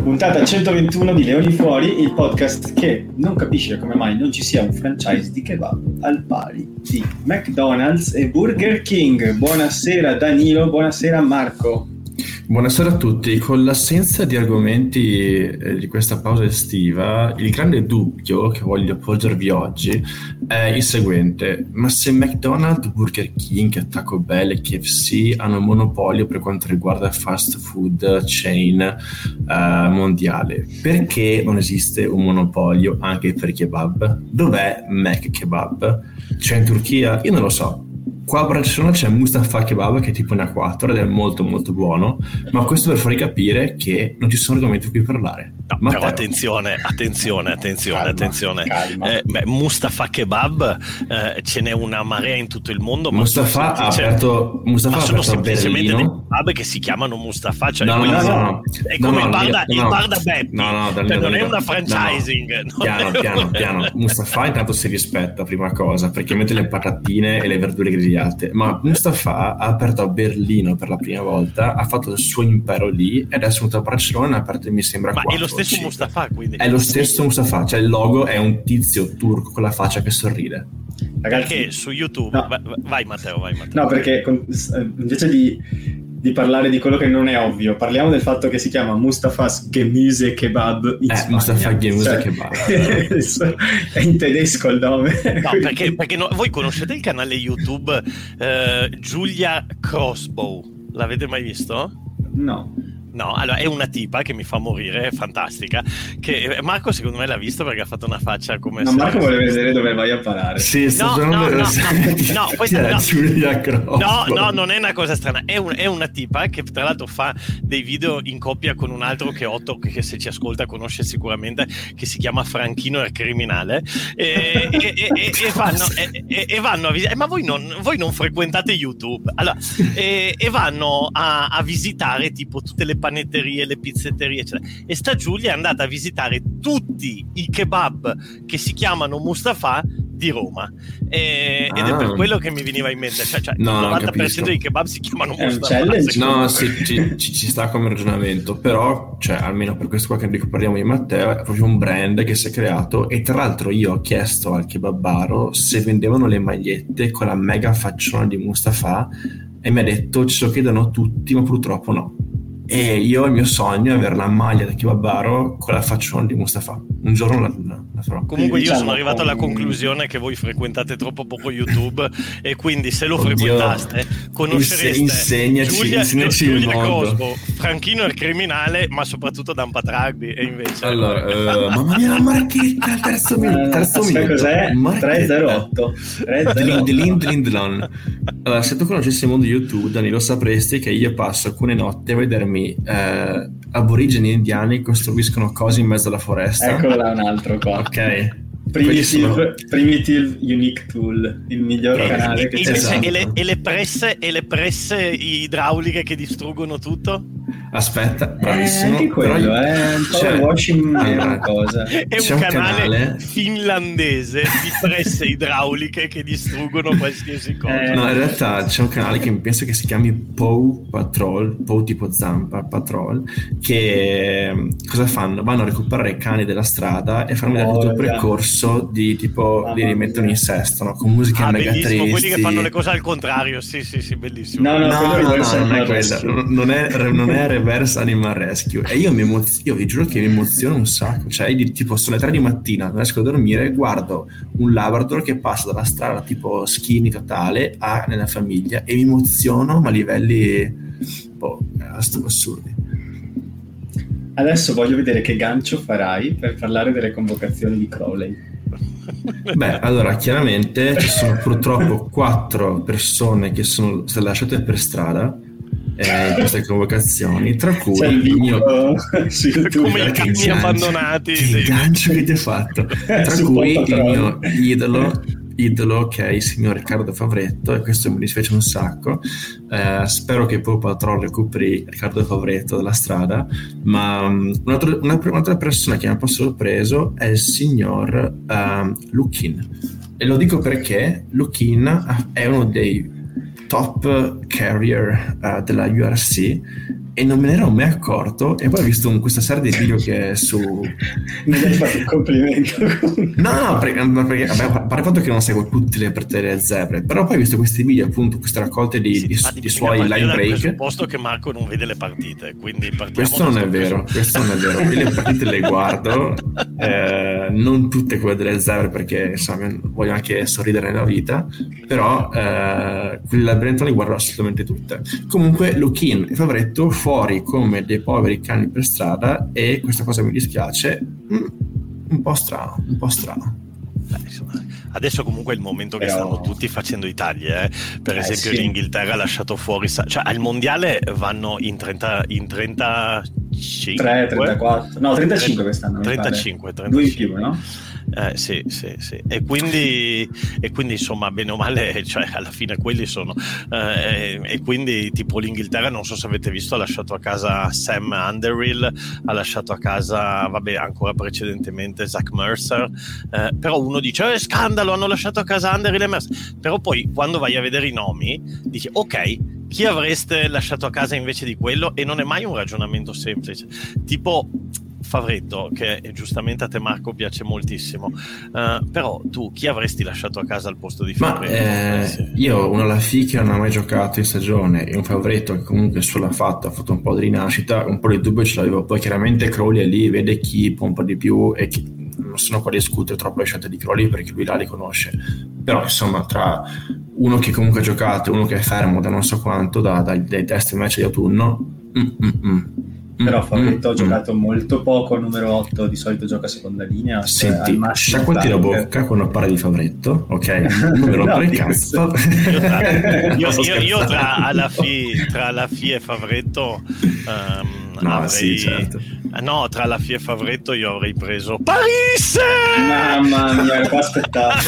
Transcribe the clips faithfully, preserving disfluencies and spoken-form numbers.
Puntata centoventuno di Leoni Fuori, il podcast che non capisce come mai non ci sia un franchise di kebab al pari di McDonald's e Burger King. Buonasera Danilo, buonasera Marco. Buonasera a tutti. Con l'assenza di argomenti eh, di questa pausa estiva, il grande dubbio che voglio porgervi oggi è il seguente: ma se McDonald's, Burger King, Taco Bell e K F C hanno un monopolio per quanto riguarda il fast food chain eh, mondiale, perché non esiste un monopolio anche per i kebab? Dov'è Mac Kebab? C'è in Turchia? Io non lo so. Qua a Barcellona c'è Mustafa Kebab che tipo ne ha quattro ed è molto molto buono, ma questo per farvi capire che non ci sono argomenti di cui parlare. No, però attenzione, attenzione, attenzione, calma, attenzione. Calma. Eh, beh, Mustafa Kebab eh, ce n'è una marea in tutto il mondo. Mustafa ha aperto Mustafa ma ha sono aperto semplicemente dei Berlino. kebab che si chiamano Mustafa, cioè no, no, no, no, no. è come no, il bar no, da, no, il no. bar da Beppi, no, no, cioè, no, non no, è una no, franchising. no, no. Piano, piano, piano. Mustafa intanto si rispetta, prima cosa, perché mette le patatine e le verdure grigliate, ma Mustafa ha aperto a Berlino per la prima volta, ha fatto il suo impero lì e adesso è venuto a Barcellona e ha aperto, mi sembra, ma quattro, è lo stesso cinque. Mustafa, quindi È lo stesso Mustafa, cioè il logo è un tizio turco con la faccia che sorride. Ragazzi, perché su YouTube no. vai, vai Matteo, vai Matteo. No, perché con, invece di, di parlare di quello che non è ovvio, parliamo del fatto che si chiama Mustafa's Gemüse Kebab in eh, Spagna. Mustafa Gemüse cioè, Kebab è in tedesco il nome. No, perché, perché no, voi conoscete il canale YouTube eh, Giulia Crossbow? L'avete mai visto? No. No, allora è una tipa che mi fa morire, è fantastica. Che Marco secondo me l'ha visto perché ha fatto una faccia come. No, se Marco vuole vedere dove vai a parare. Sì, sto no, no, no, no, no, questa no. Giulia Crossbow. No, no, non è una cosa strana. È, un, è una tipa che tra l'altro fa dei video in coppia con un altro che Otto, che se ci ascolta conosce sicuramente, che si chiama Franchino il criminale. E, e, e, e vanno, e, e vanno a visitare. Ma voi non, voi non frequentate YouTube. Allora, e, e vanno a, a visitare tipo tutte le panetterie, le pizzetterie, eccetera. E sta Giulia è andata a visitare tutti i kebab che si chiamano Mustafa di Roma. E, ah. Ed è per quello che mi veniva in mente. Cioè, cioè no, il novanta per cento dei kebab si chiamano Mustafa. No, sì, ci, ci, ci sta come ragionamento, però, cioè, almeno per questo qua che parliamo di Matteo, è proprio un brand che si è creato. E tra l'altro io ho chiesto al kebabaro se vendevano le magliette con la mega facciona di Mustafa e mi ha detto ci lo chiedono tutti, ma purtroppo no. E io il mio sogno è avere la maglia da kebabaro con la facciona di Mustafa. Un giorno la, la farò. Comunque io diciamo, sono arrivato alla con... conclusione che voi frequentate troppo poco YouTube e quindi se lo Oddio. frequentaste conoscereste insegnaci, Giulia, insegnaci Giulia il mondo. Cosmo, Franchino il criminale, ma soprattutto Dampa Rugby. E invece allora uh, mamma mia la marchetta al terzo minuto, terzo Aspetta, minuto. Cos'è? tre zero otto Allora, se tu conoscessi il mondo YouTube, Danilo, sapresti che io passo alcune notti a vedermi eh, aborigeni indiani costruiscono cose in mezzo alla foresta. Eccolo là, un altro qua. Ok. Primitive, sono... Primitive Unique Tool, il miglior e, canale e, che e, c'è. esatto. e, le, e le presse e le presse idrauliche che distruggono tutto? Aspetta, bravissimo. Eh, anche quello è eh, un po' cioè, washing allora, cosa. È c'è un, un canale, canale finlandese di presse idrauliche che distruggono qualsiasi cosa. Eh, no, in realtà c'è un canale che penso che si chiami Paw Patrol, Paw tipo zampa, Patrol, che cosa fanno? Vanno a recuperare i cani della strada e fanno vedere oh, tutto il percorso di tipo ah, li rimettono in sesto, no? Con musica ah, mega bellissimo, tristi. quelli che fanno le cose al contrario, sì sì sì, bellissimo. No, no, no, no, no, no non è quella, non è, non è Reverse Animal Rescue. E io mi emoziono, io vi giuro che mi emoziono un sacco, cioè tipo sono le tre di mattina, non riesco a dormire e guardo un Labrador che passa dalla strada tipo skinny totale a nella famiglia e mi emoziono ma a livelli boh, assurdi. Adesso voglio vedere che gancio farai per parlare delle convocazioni di Crowley. Beh, allora chiaramente ci sono purtroppo quattro persone che sono state lasciate per strada eh, in queste convocazioni, tra cui c'è il il mio come i cani abbandonati, che sì. gancio che ti ho fatto, tra cui il mio idolo idolo che è il signor Riccardo Favretto, e questo mi dispiace un sacco. Eh, spero che Paw Patrol recuperi Riccardo Favretto dalla strada, ma um, un'altra, un'altra persona che mi ha un po' sorpreso è il signor um, Lukin, e lo dico perché Lukin è uno dei top carrier uh, della U R C e non me ne ero mai accorto, e poi ho visto un, questa serie di video che è su... Mi hai fatto un complimento. No, no, perché, perché vabbè, a parte il fatto che non seguo tutte le partite delle zebre, però poi ho visto questi video, appunto, queste raccolte di, sì, di, di, di suoi line break. Posto che Marco non vede le partite, quindi questo non è vero, questo non è vero. Io le partite le guardo, eh, non tutte quelle delle zebre, perché insomma voglio anche sorridere nella vita, però eh, quelle del Benetton le guardo assolutamente tutte. Comunque Lukin e Favretto fuori come dei poveri cani per strada, e questa cosa mi dispiace. Mm, un po' strano, un po' strano. Beh, insomma, adesso comunque è il momento che Però... stanno tutti facendo i tagli, eh? Per eh, esempio sì. l'Inghilterra ha lasciato fuori, cioè al mondiale vanno in trenta, in trentacinque, tre, trentaquattro, no trentacinque quest'anno, trentacinque, trentacinque, due in più, no? Eh, sì, sì, sì. E quindi, e quindi insomma, bene o male, cioè alla fine quelli sono. Eh, e quindi, tipo, l'Inghilterra, non so se avete visto, ha lasciato a casa Sam Underhill, ha lasciato a casa, vabbè, ancora precedentemente Zach Mercer. Eh, però uno dice: eh, scandalo, hanno lasciato a casa Underhill e Mercer. Però poi, quando vai a vedere i nomi, dici: ok, chi avreste lasciato a casa invece di quello? E non è mai un ragionamento semplice. Tipo Favretto, che giustamente a te Marco piace moltissimo, uh, però tu chi avresti lasciato a casa al posto di Favretto? Ma eh, io una Lafì che non ha mai giocato in stagione e un Favretto che comunque il suo l'ha fatto, ha fatto un po' di rinascita, un po' di dubbio ce l'avevo. Poi chiaramente Crowley è lì, vede chi può un po' di più, e chi, non sono qua a discutere troppo le scelte di Crowley perché lui là li conosce, però insomma tra uno che comunque ha giocato e uno che è fermo da non so quanto, da, dai, dai test match di autunno, mm, mm, mm. Però Favretto mm, ha giocato mm. molto poco al numero otto, di solito gioca a seconda linea. Senti, sciacquati la bocca quando parli di Favretto, ok? Non me rompere il cazzo. Io, io, io tra Alafi, tra Alafi e Favretto um, no, avrei... sì, certo. No, tra Alafi e Favretto io avrei preso Paris! Mamma mia, qua aspettate.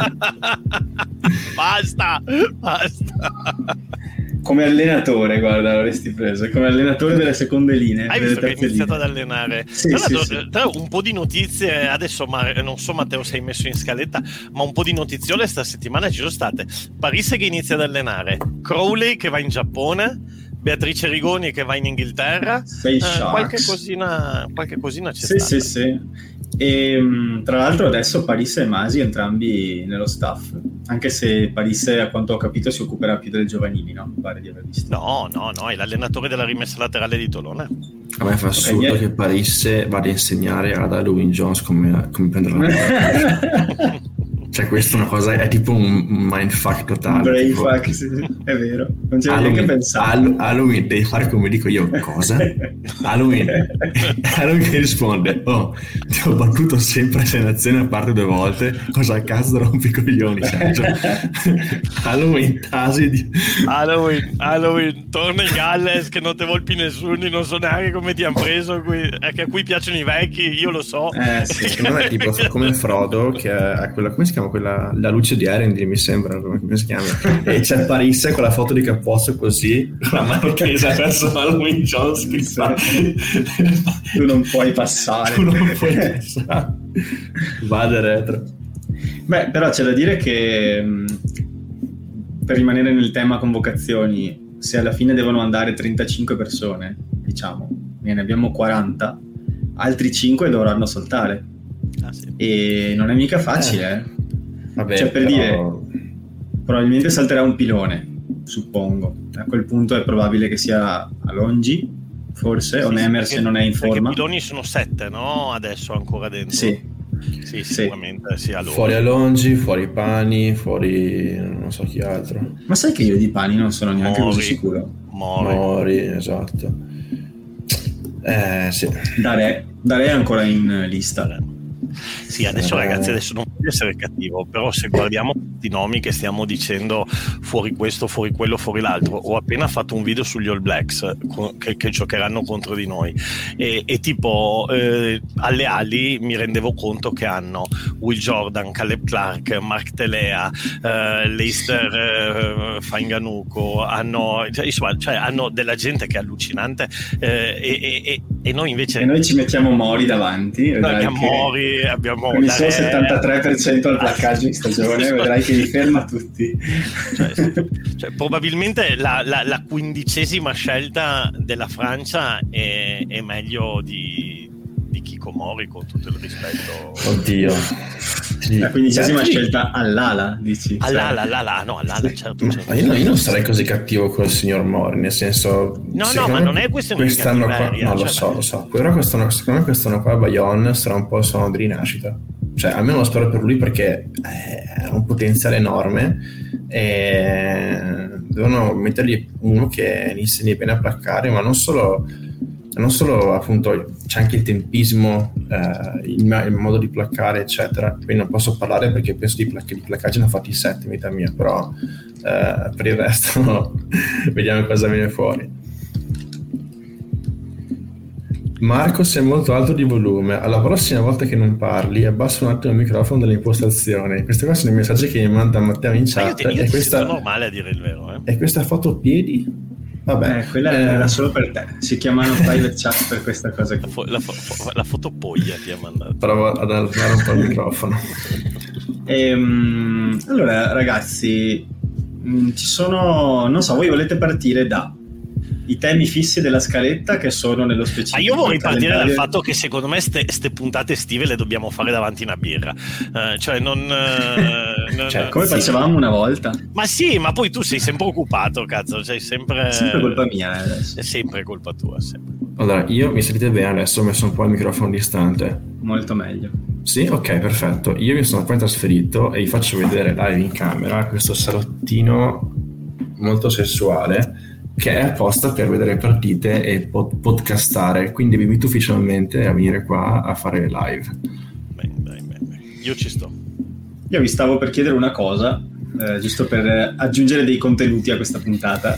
Basta, basta. Come allenatore, guarda, l'avresti preso come allenatore delle seconde linee. Hai visto che hai iniziato linee. ad allenare? Sì, tra, sì, l'altro, sì. tra un po' di notizie adesso, ma non so Matteo se hai messo in scaletta, ma un po' di notiziole sta settimana ci sono state. Paris che inizia ad allenare, Crowley che va in Giappone, Beatrice Rigoni che va in Inghilterra, eh, qualche cosina qualche cosina c'è sì, stata. Sì, sì. E tra l'altro adesso Paris e Masi entrambi nello staff, anche se Paris, a quanto ho capito, si occuperà più delle giovanili, no? Mi pare di aver visto. No, no, no, è l'allenatore della rimessa laterale di Tolone. A me fa assurdo okay, che Paris vada a insegnare ad Halloween Jones come, come prendere la palla. Cioè questa è una cosa, è tipo un mindfuck totale. Brainfuck, sì, è vero. Non ci avevo neanche pensato. Halloween devi fare come dico io. Cosa? Halloween Halloween che risponde: oh, ti ho battuto sempre sei nazioni a parte due volte, cosa a cazzo rompi i coglioni, Sergio? Halloween Tasi di... Halloween Halloween torna in Galles che non te volpi nessuno, non so neanche come ti hanno preso qui, è che a cui piacciono i vecchi, io lo so. Eh sì, secondo me è tipo come Frodo che ha quella, come si chiama quella, la luce di Erendil, mi sembra, come si chiama, e c'è Paris con la foto di Cappozzo così, con la mano tesa verso Halloween Jones che fa... tu non puoi passare, tu non puoi passare, vada retro. Beh, però c'è da dire che mh, per rimanere nel tema convocazioni, se alla fine devono andare trentacinque persone, diciamo, ne abbiamo quaranta, altri cinque dovranno saltare. Ah, sì. E non è mica facile, eh. eh. Vabbè, cioè, per però... dire, probabilmente salterà un pilone, suppongo. A quel punto è probabile che sia Alongi, forse, sì, o Nemers se non è in forma. I piloni sono sette, no? Adesso ancora dentro. Sì. Sì, sicuramente sì. Sì, fuori Alongi, fuori Pani, fuori non so chi altro. Ma sai che io di Pani non sono neanche Mori. così sicuro. Mori. Mori, esatto. Eh, sì. Dare, Dare è ancora in lista. Sì, adesso ragazzi, adesso non voglio essere cattivo, però se guardiamo tutti i nomi che stiamo dicendo, fuori questo, fuori quello, fuori l'altro, ho appena fatto un video sugli All Blacks che, che giocheranno contro di noi e, e tipo eh, alle ali mi rendevo conto che hanno Will Jordan, Caleb Clark, Mark Telea, eh, Leicester eh, Fainganuco, hanno, cioè, insomma, cioè, hanno della gente che è allucinante eh, e, e, E noi invece e noi ci mettiamo Mori davanti, noi abbiamo che... Mori, abbiamo con il suo settantatré per cento al placcaggio in stagione, vedrai che li ferma tutti. Cioè, cioè, probabilmente la, la, la quindicesima scelta della Francia è, è meglio di, di Kiko Mori, con tutto il rispetto. Oddio. Sì. La quindicesima scelta all'ala, dici? All'ala, all'ala, no, all'ala, certo. certo. Io, io non sarei così cattivo con il signor Mori, nel senso... No, no, ma non è questione di cattiveria. No, lo cioè, so, lo so. Però quest'anno, secondo me quest'anno qua a Bayonne sarà un po' il suono di rinascita. Cioè, almeno lo spero per lui, perché ha un potenziale enorme e devono mettergli uno che insegni bene a placcare, ma non solo... non solo appunto c'è anche il tempismo, eh, il, il modo di placcare eccetera. Quindi non posso parlare perché penso di, plac- di placcaggi ne ho fatti sette in vita mia, però eh, per il resto no. Vediamo cosa viene fuori. Marco, sei molto alto di volume, alla prossima volta che non parli abbassa un attimo il microfono delle impostazioni. Questi qua sono i messaggi che mi manda Matteo in chat. Ma io ti, io e ti questa normale, a dire il vero, eh. E questa foto piedi? Vabbè, eh, quella eh, era solo per te. Si chiamano private chat per questa cosa qui. La, fo- la, fo- la fotopoglia ti ha mandato. Provo ad alzare un po' il microfono. Ehm, allora, ragazzi, mh, ci sono, non so, voi volete partire da i temi fissi della scaletta, che sono nello specifico? Ma io vorrei partire dal calendario... fatto che secondo me ste, ste puntate estive le dobbiamo fare davanti a una birra, uh, cioè non, uh, non cioè, come sì. facevamo una volta. Ma sì, ma poi tu sei sempre occupato, cazzo, cioè sempre... È sempre colpa mia adesso. È sempre colpa tua, sempre. Allora, io mi sentite bene adesso? Ho messo un po' il microfono distante. Molto meglio. Sì, ok, perfetto. Io mi sono appena trasferito e vi faccio vedere live in camera questo salottino molto sessuale che è apposta per vedere partite e pod- podcastare, quindi vi invito ufficialmente a venire qua a fare live. Bene, bene, bene. Io ci sto. Io vi stavo per chiedere una cosa, eh, giusto per aggiungere dei contenuti a questa puntata.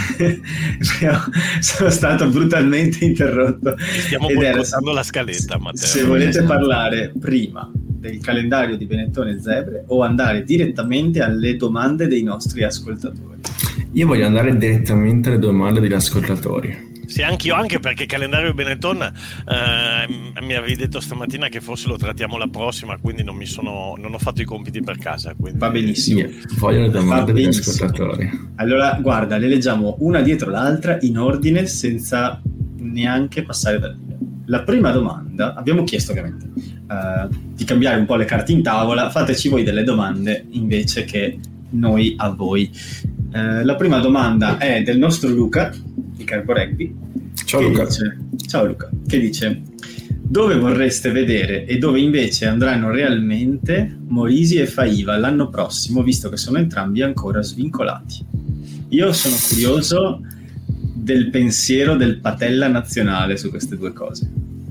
Sono stato brutalmente interrotto. Stiamo boicottando la scaletta, Matteo. Se volete parlare prima del calendario di Benetton e Zebre o andare direttamente alle domande dei nostri ascoltatori. Io voglio andare direttamente alle domande degli ascoltatori. Sì, anche io, anche perché calendario Benetton eh, mi avevi detto stamattina che forse lo trattiamo la prossima, quindi non mi sono non ho fatto i compiti per casa, quindi... Va benissimo. Io voglio le domande degli ascoltatori. Allora, guarda, le leggiamo una dietro l'altra in ordine, senza neanche passare dal video. La prima domanda, abbiamo chiesto ovviamente uh, di cambiare un po' le carte in tavola, fateci voi delle domande invece che noi a voi. Uh, la prima domanda è del nostro Luca di Carbo Rugby. Ciao Luca. Dice, ciao Luca, che dice: dove vorreste vedere e dove invece andranno realmente Morisi e Faiva l'anno prossimo, visto che sono entrambi ancora svincolati? Io sono curioso del pensiero del Patella nazionale su queste due cose.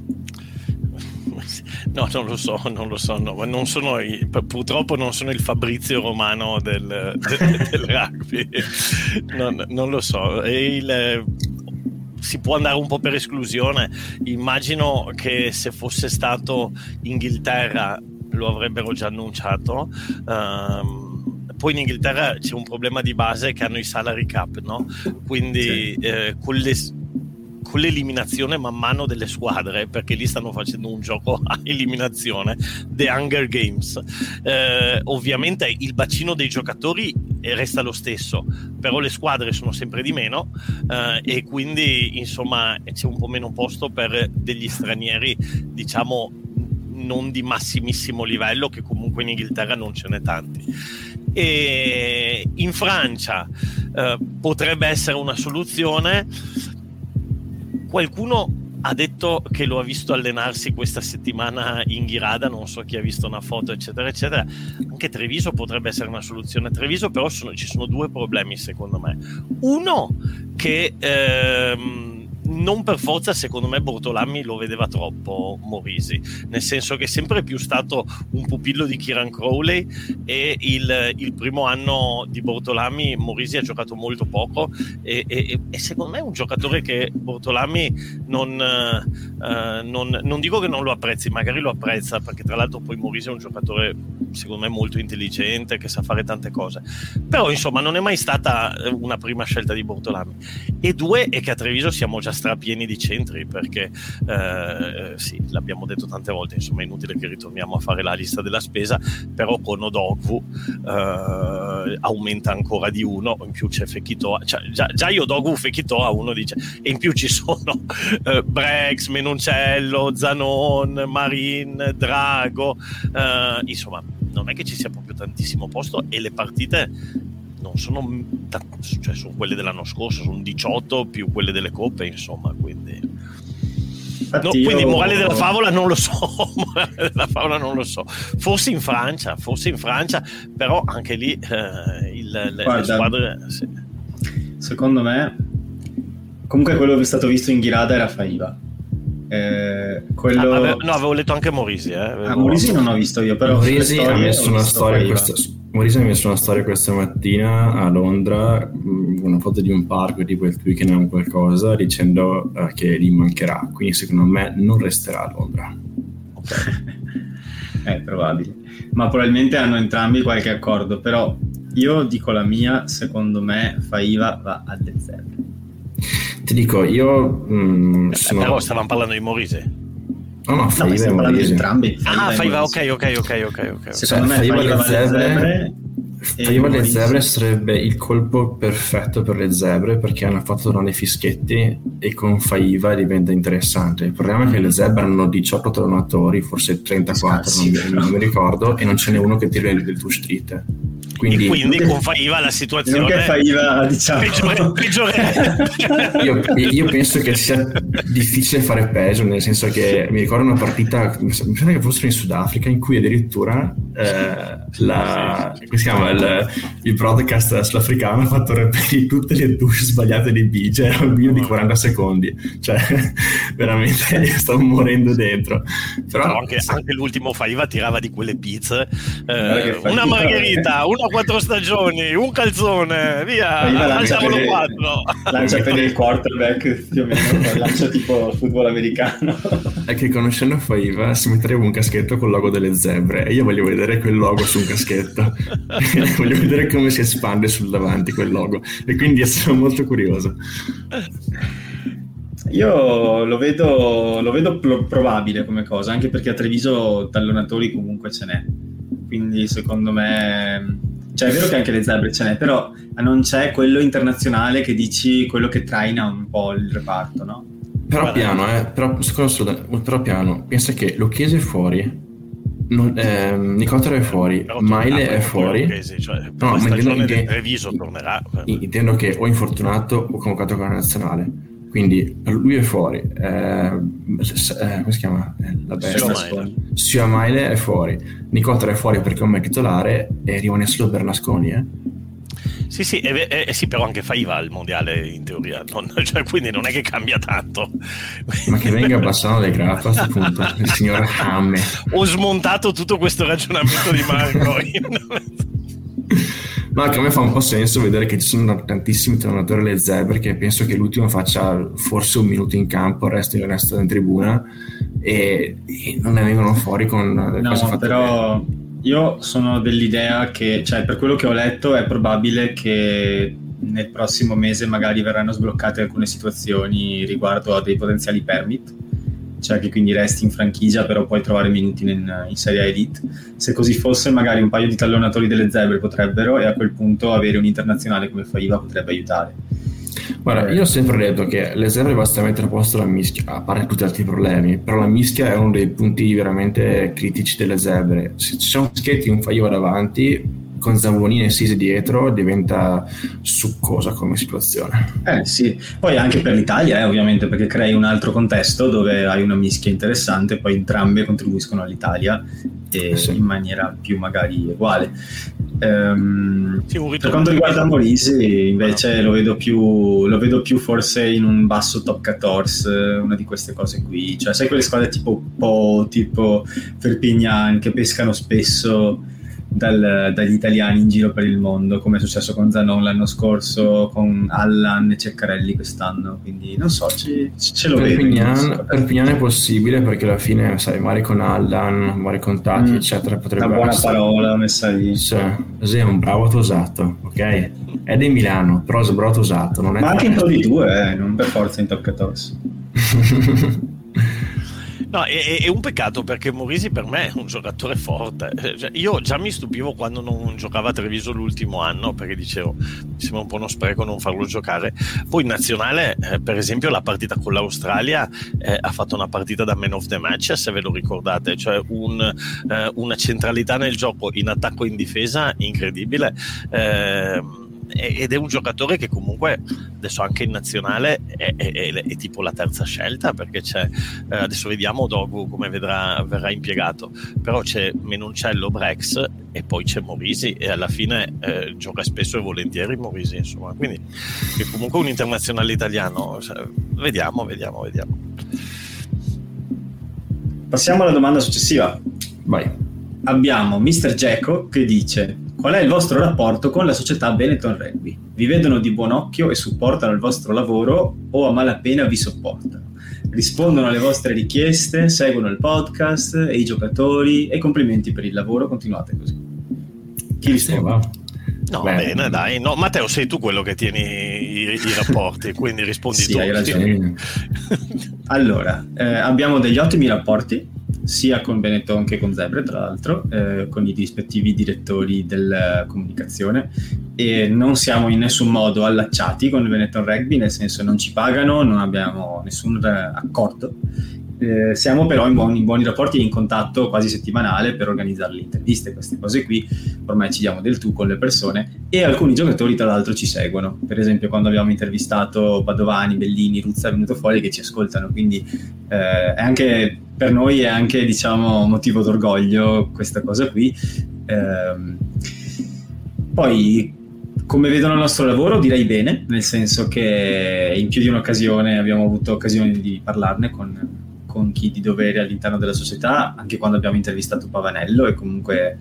No, non lo so, non lo so, no, non sono il, purtroppo non sono il Fabrizio Romano del, del, del rugby, non, non lo so. E il, si può andare un po' per esclusione. Immagino che se fosse stato Inghilterra lo avrebbero già annunciato. Um, poi in Inghilterra c'è un problema di base, che hanno i salary cap, no? Quindi sì. eh, con le con l'eliminazione man mano delle squadre, perché lì stanno facendo un gioco a eliminazione, The Hunger Games. Eh, ovviamente il bacino dei giocatori resta lo stesso, però le squadre sono sempre di meno eh, e quindi insomma c'è un po' meno posto per degli stranieri, diciamo non di massimissimo livello, che comunque in Inghilterra non ce n'è tanti. E in Francia eh, potrebbe essere una soluzione. Qualcuno ha detto che lo ha visto allenarsi questa settimana in Ghirada, non so chi ha visto una foto eccetera eccetera. Anche Treviso potrebbe essere una soluzione. Treviso però sono, ci sono due problemi secondo me. Uno, che ehm, non per forza secondo me Bortolami lo vedeva troppo Morisi, nel senso che è sempre più stato un pupillo di Kieran Crowley, e il, il primo anno di Bortolami Morisi ha giocato molto poco e, e, e secondo me è un giocatore che Bortolami non, eh, non, non dico che non lo apprezzi, magari lo apprezza, perché tra l'altro poi Morisi è un giocatore secondo me molto intelligente, che sa fare tante cose, però insomma non è mai stata una prima scelta di Bortolami. E due è che a Treviso siamo già strapieni di centri, perché eh, sì, l'abbiamo detto tante volte, insomma è inutile che ritorniamo a fare la lista della spesa, però con Odogwu eh, aumenta ancora di uno, in più c'è Fekitoa, cioè, già, già io Odogwu Fekitoa uno dice, e in più ci sono eh, Brex, Menoncello, Zanon, Marin, Drago, eh, insomma non è che ci sia proprio tantissimo posto, e le partite non sono, cioè sono quelle dell'anno scorso, sono diciotto più quelle delle coppe, insomma, quindi no, io... quindi morale della favola non lo so morale della favola non lo so, forse in Francia forse in Francia però anche lì eh, il, le, Guarda, le squadre sì. Secondo me comunque quello che è stato visto in Ghirada era Faiva. Eh, quello... ah, ave- no, avevo letto anche Morisi eh. avevo... ah, Morisi non ho visto io, però Morisi ha messo una storia questa, Morisi ha messo una storia questa mattina a Londra, una foto di un parco tipo il Twickenham qualcosa, dicendo uh, che gli mancherà, quindi secondo me non resterà a Londra. È probabile, ma probabilmente hanno entrambi qualche accordo, però io dico la mia, secondo me Faiva va a De Zerbi. Ti dico, io mh, eh, sono... però stavamo parlando di Morisi. No, no, Faiva no, stiamo parlando di entrambi. Ah, Faiva, ok, ok, ok, ok, ok. Secondo cioè, me Faiva Faiva le zebre, Faiva le Morisi. zebre sarebbe il colpo perfetto per le zebre, perché hanno fatto tornare i fischetti e con Faiva diventa interessante. Il problema è che le zebre hanno diciotto tornatori, forse trentaquattro, non mi, non mi ricordo, e non ce n'è uno che tira le due street. Quindi, e quindi che, con Faiva la situazione che Faiva, diciamo peggiore, peggiore. io, io penso che sia difficile fare peggio, nel senso che mi ricordo una partita, mi sembra che fosse in Sudafrica, in cui addirittura eh, la, come si chiama, il, il broadcast sudafricano ha fatto reperire tutte le douche sbagliate di Bigia, era un video di quaranta secondi, cioè veramente stavo morendo dentro. Però, però anche, sì. anche l'ultimo Faiva tirava di quelle pizze, eh, una margherita, una quattro stagioni, un calzone, via, lanciamolo quattro. Lancia per il quarterback più o meno, lancia tipo football americano. È che conoscendo Faiva si metterebbe un caschetto col logo delle zebre, e io voglio vedere quel logo su un caschetto. Voglio vedere come si espande sul davanti quel logo, e quindi sono molto curioso. Io lo vedo, lo vedo pro- probabile come cosa, anche perché a Treviso tallonatori comunque ce n'è, quindi secondo me, cioè è vero che anche le zebre ce n'è, però non c'è quello internazionale che dici, quello che traina un po' il reparto, no? Però piano, eh, però, scusa, però piano, pensa che Lucchese è fuori, non, eh, Nicotero è fuori, Maile è fuori, Lucchesi, cioè, no, la ma stagione intendo, del intendo, Treviso tornerà. Intendo che o infortunato o convocato con la nazionale, quindi lui è fuori, eh, eh, come si chiama? Eh, la Sia Maile è fuori, Nicotero è fuori perché è un me titolare, e rimane solo Bernasconi, eh? Sì, sì, eh, eh, sì, però anche Faiva al mondiale in teoria, non, cioè, quindi non è che cambia tanto. Ma che venga Bassano del Grappa a questo punto, il signor Hamme. Ho smontato tutto questo ragionamento di Marco. No, che a me fa un po' senso vedere che ci sono tantissimi allenatori alle zebre, che penso che l'ultimo faccia forse un minuto in campo, il resto il resto in tribuna, e, e non ne vengono fuori con le no, cose fatte però bene. Io sono dell'idea che, cioè per quello che ho letto, è probabile che nel prossimo mese magari verranno sbloccate alcune situazioni riguardo a dei potenziali permit, cioè che quindi resti in franchigia però puoi trovare minuti in, in Serie A Elite. Se così fosse, magari un paio di tallonatori delle zebre potrebbero, e a quel punto avere un internazionale come Faiva potrebbe aiutare. Guarda, io ho sempre detto che le zebre basta mettere a posto la mischia, a parte tutti gli altri problemi, però la mischia è uno dei punti veramente critici delle zebre. Se c'è un Schetti e un Faiva davanti, con Zambonini e Sisi dietro, diventa succosa come situazione. Eh sì, poi anche per l'Italia, eh, ovviamente, perché crei un altro contesto dove hai una mischia interessante, poi entrambe contribuiscono all'Italia e sì, in maniera più magari uguale. Um, sì, per quanto riguarda Morisi, invece, lo vedo più lo vedo più forse in un basso top quattordici, una di queste cose qui, cioè sai quelle squadre tipo Po, tipo Perpignan, che pescano spesso dal, dagli italiani in giro per il mondo, come è successo con Zanon l'anno scorso, con Allan e Ceccarelli quest'anno, quindi non so, ci, ce lo vedo. Perpignan, Perpignan è possibile, perché alla fine, sai, magari con Allan, magari con Tati, mm. eccetera, potrebbe una buona essere. parola messa lì. Cioè, è un bravo tosato, ok? È di Milano, però è bravo tosato, non è. Ma anche in Pro di due, eh, non per forza in Toccatos. No, è, è un peccato, perché Morisi per me è un giocatore forte. Cioè, io già mi stupivo quando non giocava a Treviso l'ultimo anno, perché dicevo mi sembra un po' uno spreco non farlo giocare. Poi in nazionale, eh, per esempio la partita con l'Australia, eh, ha fatto una partita da man of the match, se ve lo ricordate, cioè un, eh, una centralità nel gioco in attacco e in difesa incredibile. eh, ed è un giocatore che comunque adesso anche in nazionale è, è, è, è tipo la terza scelta, perché c'è eh, adesso vediamo Dogu come vedrà, verrà impiegato, però c'è Menoncello, Brex e poi c'è Morisi, e alla fine eh, gioca spesso e volentieri Morisi, insomma, quindi è comunque un internazionale italiano. Cioè, vediamo vediamo vediamo Passiamo alla domanda successiva. Vai. Abbiamo mister Geco che dice: qual è il vostro rapporto con la società Benetton Rugby? Vi vedono di buon occhio e supportano il vostro lavoro, o a malapena vi sopportano? Rispondono alle vostre richieste, seguono il podcast e i giocatori, e complimenti per il lavoro, continuate così. Chi risponde? No, Beh, bene, dai. No, Matteo, sei tu quello che tieni i, i rapporti, quindi rispondi sì, tu. Hai ragione. Allora, eh, abbiamo degli ottimi rapporti, sia con Benetton che con Zebre, tra l'altro, eh, con i rispettivi direttori della comunicazione, e non siamo in nessun modo allacciati con il Benetton Rugby, nel senso non ci pagano, non abbiamo nessun accordo. Eh, siamo però in buoni, in buoni rapporti e in contatto quasi settimanale per organizzare le interviste, queste cose qui. Ormai ci diamo del tu con le persone, e alcuni giocatori tra l'altro ci seguono. Per esempio quando abbiamo intervistato Padovani, Bellini, Ruzza è venuto fuori che ci ascoltano, quindi eh, è anche per noi è anche, diciamo, motivo d'orgoglio questa cosa qui. Eh, poi come vedono il nostro lavoro, direi bene, nel senso che in più di un'occasione abbiamo avuto occasione di parlarne con con chi di dovere all'interno della società, anche quando abbiamo intervistato Pavanello, e comunque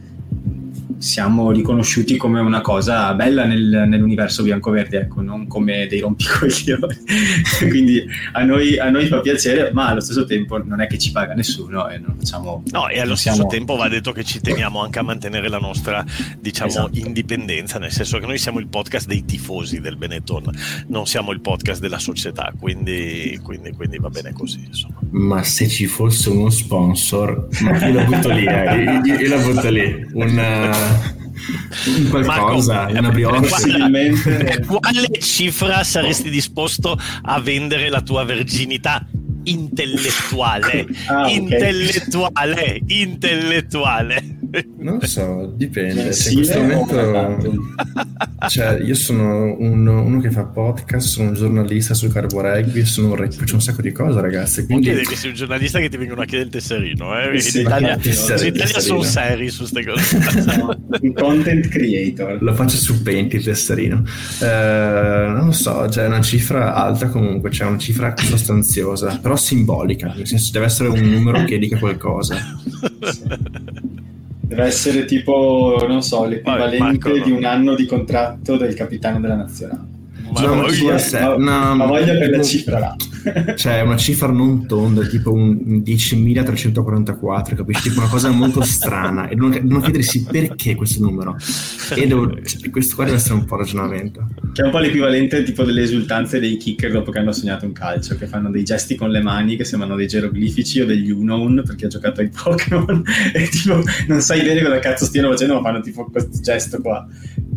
siamo riconosciuti come una cosa bella nel, nell'universo bianco-verde, ecco, non come dei rompicoglioni. Quindi a noi, a noi fa piacere, ma allo stesso tempo non è che ci paga nessuno e non facciamo. No, e allo stesso siamo... tempo va detto che ci teniamo anche a mantenere la nostra, diciamo, esatto, indipendenza, nel senso che noi siamo il podcast dei tifosi del Benetton, non siamo il podcast della società, quindi, quindi, quindi va bene così, insomma. Ma se ci fosse uno sponsor, io la butto lì, eh, io, io la butto lì, una... un qualcosa, Marco, una brioche. Possibilmente. Quale cifra saresti disposto a vendere la tua verginità intellettuale? Ah, intellettuale, okay. intellettuale. Non so, dipende. Cioè, in questo momento, cioè, io sono un, uno che fa podcast, sono un giornalista sul Carbo Rugby, sono un, c'è un sacco di cose, ragazzi. Quindi non che sei un giornalista che ti vengono a chiedere il tesserino, eh? Sì, in Italia, tesserino, in Italia sono seri su queste cose. No, un content creator. Lo faccio su Paint il tesserino. Eh, non lo so, c'è una cifra alta comunque, c'è una cifra sostanziosa, però simbolica, nel senso deve essere un numero che dica qualcosa. Sì. Deve essere tipo, non so, l'equivalente Marco, di un anno di contratto del capitano della nazionale. Ma, no, ma, voglia, se, ma, no, ma voglia per la cifra là. Cioè una cifra non tonda, tipo un diecimilatrecentoquarantaquattro, capisci? Tipo una cosa molto strana, e devono, devono chiedersi perché questo numero, e devo, cioè, questo qua deve essere un po' ragionamento, che è un po' l'equivalente tipo delle esultanze dei kicker dopo che hanno segnato un calcio, che fanno dei gesti con le mani che sembrano dei geroglifici o degli Unown perché ha giocato ai Pokémon e tipo non sai bene cosa cazzo stiano facendo, ma fanno tipo questo gesto qua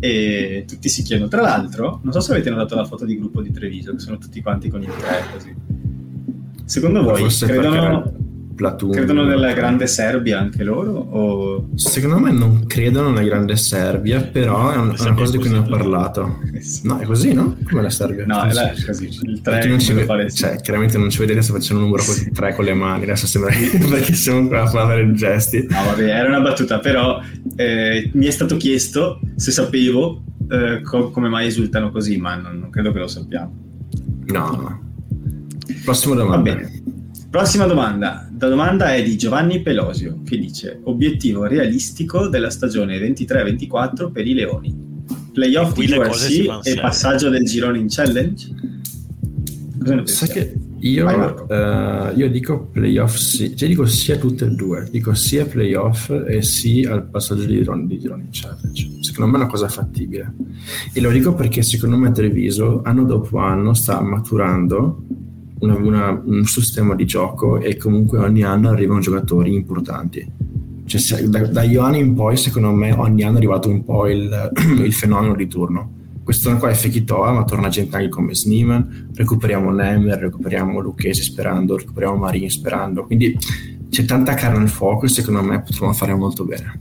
e tutti si chiedono. Tra l'altro non so se avete notato la foto di gruppo di Treviso, che sono tutti quanti con il tre così. Secondo voi credono, credono nella grande Serbia anche loro? O... Secondo me non credono nella grande Serbia, però è, un, è una cosa di cui ne ho parlato. No, è così, no? Come la Serbia? No, è la, così. Il tre non ci vede, cioè, chiaramente non ci vedete se facciamo un numero con il tre con le mani, adesso sembra perché siamo qua a fare gesti. No, vabbè, era una battuta, però eh, mi è stato chiesto se sapevo eh, co- come mai esultano così, ma non, non credo che lo sappiamo. No, no. Prossima domanda. Va bene. Prossima domanda. La domanda è di Giovanni Pelosio, che dice: obiettivo realistico della stagione ventitré ventiquattro per i Leoni. Playoff di U R C e passaggio del girone in challenge? Cosa ne pensi? Sai che io, uh, io dico playoff sì, cioè dico sì a tutte e due, dico sì a playoff e sì al passaggio di girone, di girone in challenge. Secondo me è una cosa fattibile, e lo dico perché secondo me Treviso anno dopo anno sta maturando una, una, un sistema di gioco, e comunque ogni anno arrivano giocatori importanti. Cioè, se, da, da Ioane in poi secondo me ogni anno è arrivato un po' il, il fenomeno di turno. Quest'anno qua è Fekitoa, ma torna gente anche come Sneeman, recuperiamo Nemer, recuperiamo Lucchesi sperando, recuperiamo Marini sperando, quindi c'è tanta carne al fuoco e secondo me potremo fare molto bene.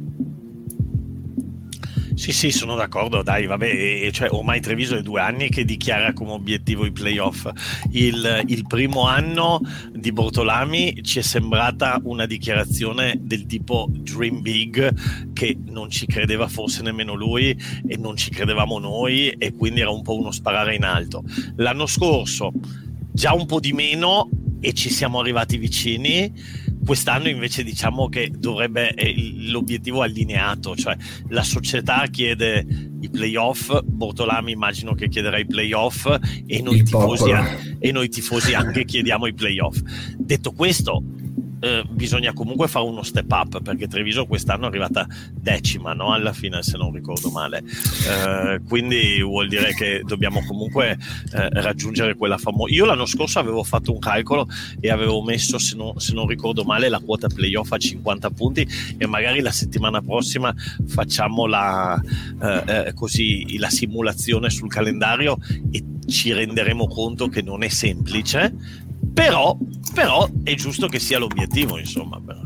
Sì, sì, sono d'accordo, dai, vabbè, cioè ormai Treviso è due anni che dichiara come obiettivo i playoff. Il, il primo anno di Bortolami ci è sembrata una dichiarazione del tipo dream big, che non ci credeva forse nemmeno lui e non ci credevamo noi, e quindi era un po' uno sparare in alto. L'anno scorso già un po' di meno e ci siamo arrivati vicini. Quest'anno invece diciamo che dovrebbe l'obiettivo allineato, cioè la società chiede i playoff, Bortolami immagino che chiederà i playoff, e noi, tifosi, e noi tifosi anche chiediamo i playoff. Detto questo, eh, bisogna comunque fare uno step up, perché Treviso quest'anno è arrivata decima, no? Alla fine, se non ricordo male, eh, quindi vuol dire che dobbiamo comunque eh, raggiungere quella famosa. Io l'anno scorso avevo fatto un calcolo e avevo messo, se non, se non ricordo male, la quota playoff a cinquanta punti, e magari la settimana prossima facciamo la, eh, eh, così, la simulazione sul calendario e ci renderemo conto che non è semplice. Però, però è giusto che sia l'obiettivo, insomma. Però.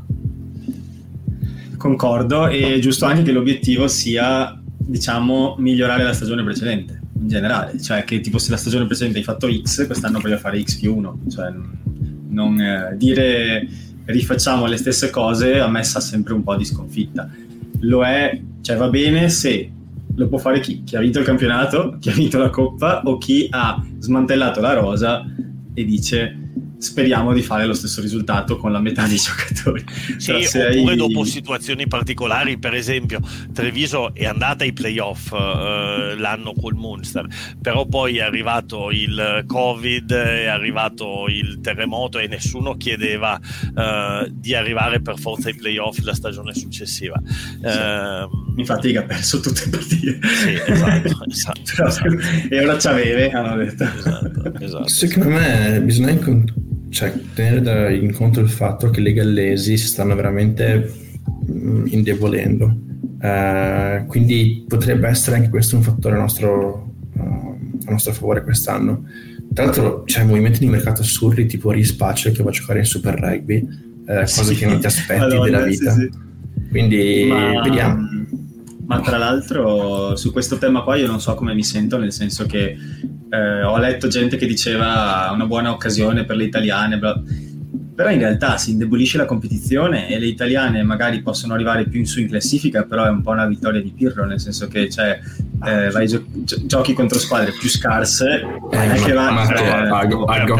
Concordo, e è giusto anche che l'obiettivo sia, diciamo, migliorare la stagione precedente in generale, cioè che tipo se la stagione precedente hai fatto X, quest'anno voglio fare X più uno, cioè non eh, dire rifacciamo le stesse cose a me sa sempre un po' di sconfitta. Lo è, cioè va bene se lo può fare chi? Chi ha vinto il campionato, chi ha vinto la Coppa, o chi ha smantellato la rosa e dice speriamo di fare lo stesso risultato con la metà dei giocatori. Sì, oppure hai... dopo situazioni particolari, per esempio Treviso è andata ai playoff uh, l'anno col Munster, però poi è arrivato il Covid, è arrivato il terremoto e nessuno chiedeva uh, di arrivare per forza ai playoff la stagione successiva. Sì. Uh, infatti ha perso tutte le partite. Sì, esatto, esatto, però, esatto. E ora c'aveve, hanno detto. Esatto, esatto. Secondo me bisogna incont- cioè, tenere da, in conto il fatto che le gallesi si stanno veramente mh, indebolendo, uh, quindi potrebbe essere anche questo un fattore a nostro, uh, a nostro favore quest'anno. Tra l'altro c'è movimenti di mercato assurdi, tipo Rispace che va a giocare in Super Rugby, uh, cose sì, che non ti aspetti allora, della vita, sì, sì. Quindi ma, vediamo. Ma tra l'altro su questo tema qua io non so come mi sento, nel senso che Eh, ho letto gente che diceva una buona occasione per le italiane, bla... però in realtà si indebolisce la competizione e le italiane magari possono arrivare più in su in classifica, però è un po' una vittoria di Pirro, nel senso che cioè, eh, vai gio- gio- giochi contro squadre più scarse, eh, eh, che va, ma, eh, ma, eh,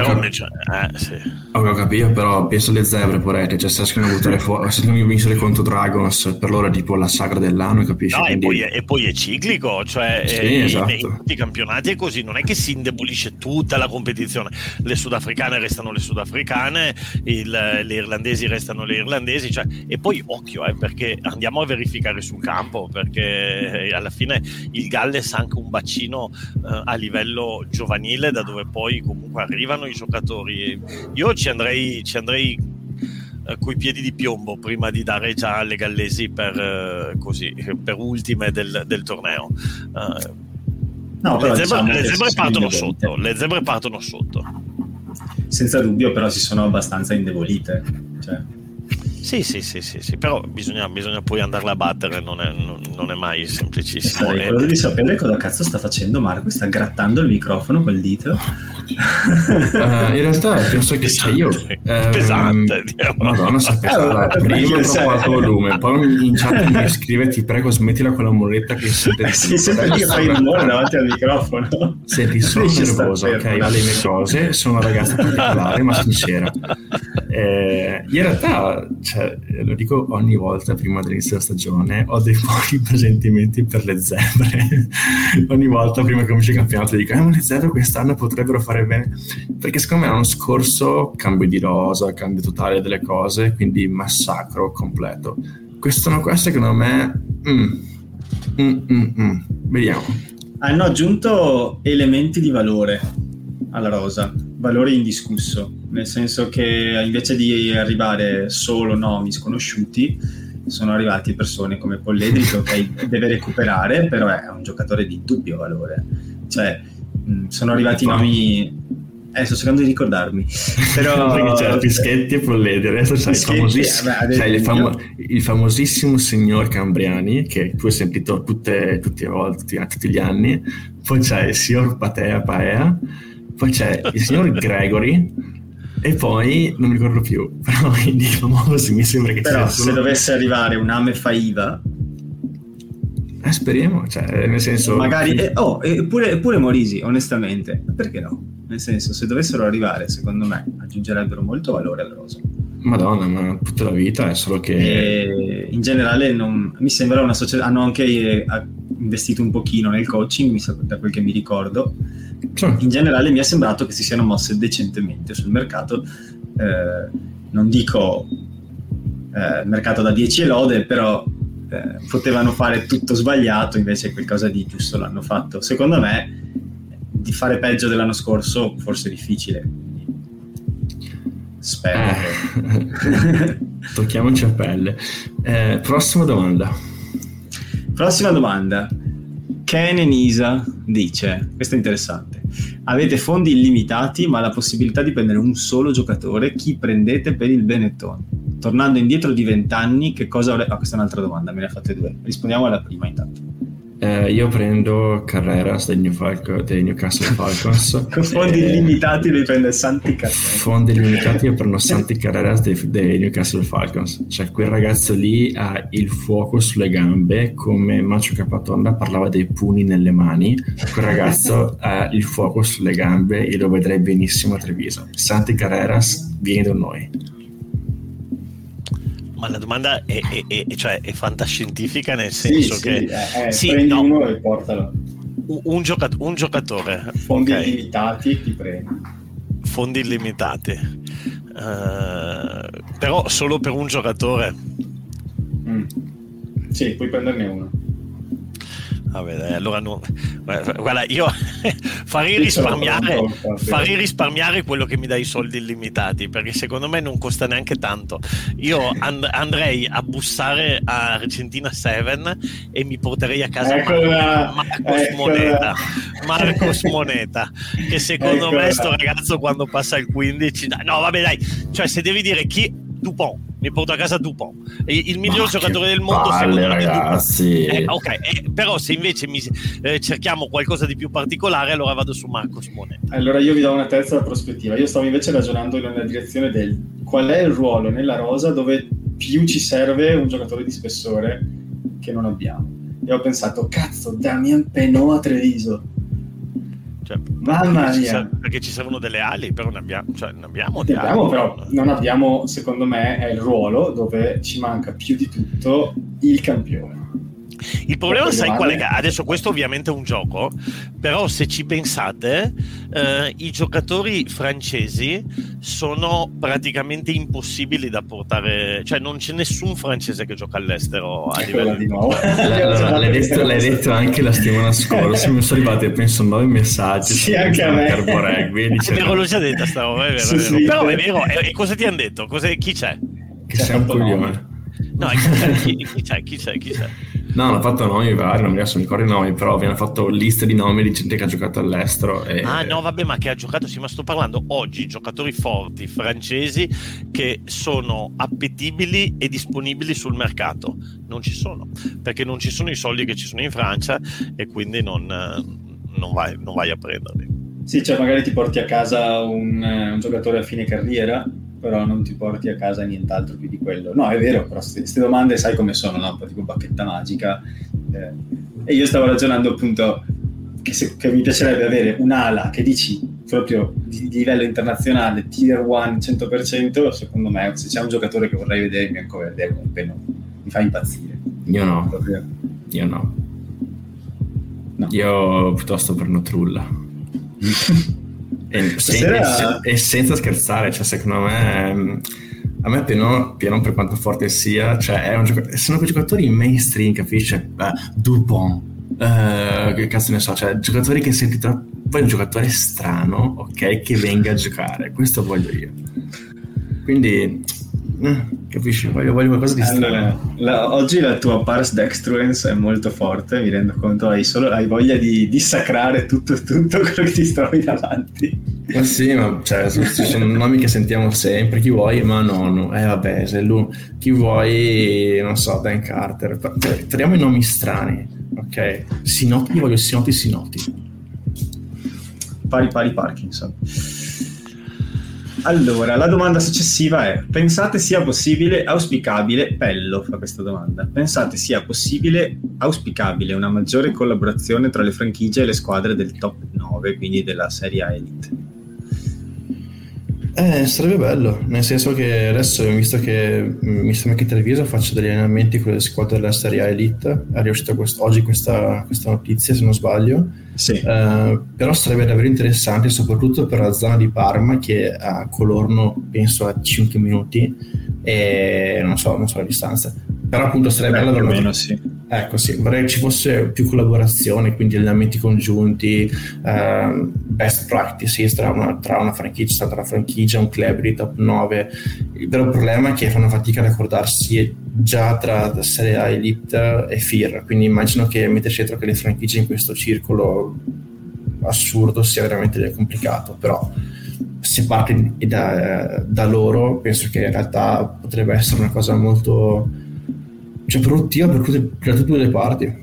ho capito, però penso alle zebre porette, cioè se riescono a buttare fuori, se non vincere contro Dragons per loro è tipo la sagra dell'anno, capisci? No, Quindi... e, poi è, e poi è ciclico, cioè sì, eh, esatto. in, in tutti i campionati è così, non è che si indebolisce tutta la competizione, le sudafricane restano le sudafricane, il, le irlandesi restano le irlandesi, cioè, e poi occhio, eh, perché andiamo a verificare sul campo, perché alla fine il Galles ha anche un bacino eh, a livello giovanile da dove poi comunque arrivano i giocatori. Io ci andrei ci andrei eh, coi piedi di piombo prima di dare già alle gallesi per eh, così per ultime del, del torneo. Uh, no, le zebre, le zebre partono sotto le zebre partono sotto senza dubbio, però si sono abbastanza indebolite, cioè. Sì, sì, sì, sì, sì, però bisogna, bisogna poi andarla a battere, non è, non, non è mai semplicissimo. Sì, quello di sapere cosa cazzo sta facendo Marco, sta grattando il microfono col dito. uh, in realtà penso che sia io. Ehm, pesante, diciamo. Madonna, sapeva, prima troppo alto volume, poi in chat mi scrive ti prego smettila con la moneta che sente. Sì, sempre che fai rumore davanti al microfono. Senti, sono nervoso, ok? Ho le mie cose, sono una ragazza particolare ma sincera. Eh, in realtà, cioè, lo dico ogni volta prima dell'inizio della stagione, ho dei buoni presentimenti per le zebre. Ogni volta prima che cominci il campionato dico, eh, ma le zebre quest'anno potrebbero fare bene, perché secondo me l'anno scorso cambio di rosa, cambio totale delle cose, quindi massacro completo. Quest'anno qua secondo me mm, mm, mm, mm. Vediamo. Hanno aggiunto elementi di valore alla rosa, valore indiscusso, nel senso che invece di arrivare solo nomi sconosciuti sono arrivati persone come Polledri che ok, deve recuperare, però è un giocatore di dubbio valore, cioè mh, sono arrivati nomi, eh, sto cercando di ricordarmi, però perché c'era Pischetti e Polledri, adesso c'hai il, famosissimo, vabbè, c'hai il, famo- il famosissimo signor Cambriani che tu hai sentito tutte, tutte le volte, tutti gli anni, poi c'è il signor Patea Paea, poi c'è il signor Gregory e poi non mi ricordo più, però i famosi mi sembra che però sia se dovesse arrivare un Ame Faiva, eh, speriamo, cioè nel senso magari eh, oh, eppure, pure Morisi, onestamente, perché no? Nel senso, se dovessero arrivare, secondo me aggiungerebbero molto valore alla rosa. Madonna, ma tutta la vita è solo che e in generale non, mi sembra una società, hanno anche eh, investito un pochino nel coaching, mi sa, da quel che mi ricordo. Cioè. In generale mi è sembrato che si siano mosse decentemente sul mercato, eh, non dico eh, mercato da dieci e lode, però eh, potevano fare tutto sbagliato, invece qualcosa di giusto l'hanno fatto. Secondo me di fare peggio dell'anno scorso forse è difficile, spero eh. Tocchiamoci a pelle. Eh, prossima domanda prossima domanda Ken Enisa dice, questo è interessante: avete fondi illimitati ma la possibilità di prendere un solo giocatore, chi prendete per il Benetton? Tornando indietro di vent'anni, che cosa avrei... Ah, questa è un'altra domanda, me ne ha fatte due, rispondiamo alla prima intanto. Eh, io prendo Carreras dei, New Falco, dei Newcastle Falcons. Con fondi eh, illimitati devi prendere Santi Carreras. Fondi illimitati io prendo Santi Carreras dei, dei Newcastle Falcons. Cioè quel ragazzo lì ha il fuoco sulle gambe, come Macio Capatonda parlava dei pugni nelle mani. Quel ragazzo ha il fuoco sulle gambe e lo vedrei benissimo a Treviso. Santi Carreras, vieni da noi. Ma la domanda è, è, è, cioè, è fantascientifica, nel senso sì, che sì, eh, sì, prendi no, uno e portalo. Un, un, giocat- un giocatore, fondi okay. illimitati, ti prendi. Fondi illimitati, uh, però solo per un giocatore. Mm. Sì, puoi prenderne uno. Vabbè, dai, allora no. Guarda, io farei risparmiare, farei risparmiare quello che mi dà i soldi illimitati, perché secondo me non costa neanche tanto. Io and- andrei a bussare a Argentina sette e mi porterei a casa eccola, Marcos eccola. Moneta, Marcos Moneta, che secondo eccola. me sto ragazzo quando passa il quindici, dai, no vabbè dai, cioè se devi dire chi, Dupont, mi porto a casa Dupont, il miglior Ma giocatore del mondo palle, secondo me ragazzi. eh, ok, eh, però se invece mi, eh, cerchiamo qualcosa di più particolare, allora vado su Marcos Moneta. Allora io vi do una terza prospettiva. Io stavo invece ragionando nella direzione del qual è il ruolo nella rosa dove più ci serve un giocatore di spessore che non abbiamo, e ho pensato cazzo, Damien Penaud a Treviso. Cioè, mamma perché mia, ci serve, perché ci servono delle ali, però ne abbiamo, cioè, ne abbiamo, ne abbiamo però non abbiamo, secondo me è il ruolo dove ci manca più di tutto il campione. Il problema sai qual è? Adesso questo ovviamente è un gioco, però se ci pensate eh, i giocatori francesi sono praticamente impossibili da portare, cioè non c'è nessun francese che gioca all'estero a livello di nuovo. Allora, l'hai, detto, l'hai detto anche la settimana scorsa, mi sono arrivati penso nove messaggi sì, anche a me. Borregui, è vero, l'ho già detta sta roba, è vero, sì, è vero. Sì, però sì. è vero, e, e cosa ti hanno detto? Cosa, chi c'è? Che sei un coglione. No, chi, chi c'è? Chi c'è? Chi c'è? No, hanno fatto nomi vari, non mi adesso mi ricordo i nomi, però abbiamo fatto liste di nomi di gente che ha giocato all'estero. E... Ah no, vabbè, ma che ha giocato, sì, ma sto parlando oggi giocatori forti francesi che sono appetibili e disponibili sul mercato. Non ci sono, perché non ci sono i soldi che ci sono in Francia e quindi non, non, vai, non vai a prenderli. Sì, cioè magari ti porti a casa un, un giocatore a fine carriera, però non ti porti a casa nient'altro più di quello. No, è vero, però queste domande sai come sono, no? Un po' tipo bacchetta magica. Eh, e io stavo ragionando appunto che, se, che mi piacerebbe avere un'ala che dici proprio di, di livello internazionale, tier one cento per cento, secondo me se c'è un giocatore che vorrei vedere in bianco-verde comunque no, mi fa impazzire. Io no, proprio. io no. no. Io piuttosto prendo Trulla. e, Stasera... e, e senza scherzare, cioè secondo me a me Piano, Piano per quanto forte sia, cioè è un giocatore, sono quei giocatori mainstream, capisci? Beh, Dupont, Uh, che cazzo ne so, cioè giocatori che senti troppo, poi un giocatore strano, ok, che venga a giocare, questo voglio io, quindi eh, capisci, voglio, voglio qualcosa di strano. Allora, la, oggi la tua pars dextruence è molto forte, mi rendo conto, hai solo hai voglia di dissacrare tutto, tutto quello che ti trovi davanti. Ma sì, ma cioè, ci sono nomi che sentiamo sempre, chi vuoi, ma no, no. eh vabbè, se lui, chi vuoi, non so, Dan Carter, troviamo i nomi strani. Ok, Sinoti, voglio Sinoti, Sinoti. Pari pari Parkinson. Allora, la domanda successiva è: pensate sia possibile, auspicabile, Pello fa questa domanda, pensate sia possibile, auspicabile una maggiore collaborazione tra le franchigie e le squadre del top nove, quindi della Serie A Elite? Eh, sarebbe bello, nel senso che adesso, visto che mi sembra che Treviso faccia degli allenamenti con le squadre della Serie A Elite, è riuscita quest- oggi questa, questa notizia, se non sbaglio, sì. eh, però sarebbe davvero interessante, soprattutto per la zona di Parma, che a Colorno penso a cinque minuti e non so, non so la distanza, però appunto sarebbe bello. Più o meno, sì. Ecco, sì, vorrei che ci fosse più collaborazione, quindi allenamenti congiunti, uh, best practices tra una, tra una franchigia, tra una franchigia, un club di top nove. Il vero problema è che fanno fatica a raccordarsi già tra Serie A Elite e F I R, quindi immagino che metterci dentro che le franchigie in questo circolo assurdo sia veramente complicato, però se parti da, da loro penso che in realtà potrebbe essere una cosa molto, cioè, produttiva per tutte, per tutte le parti.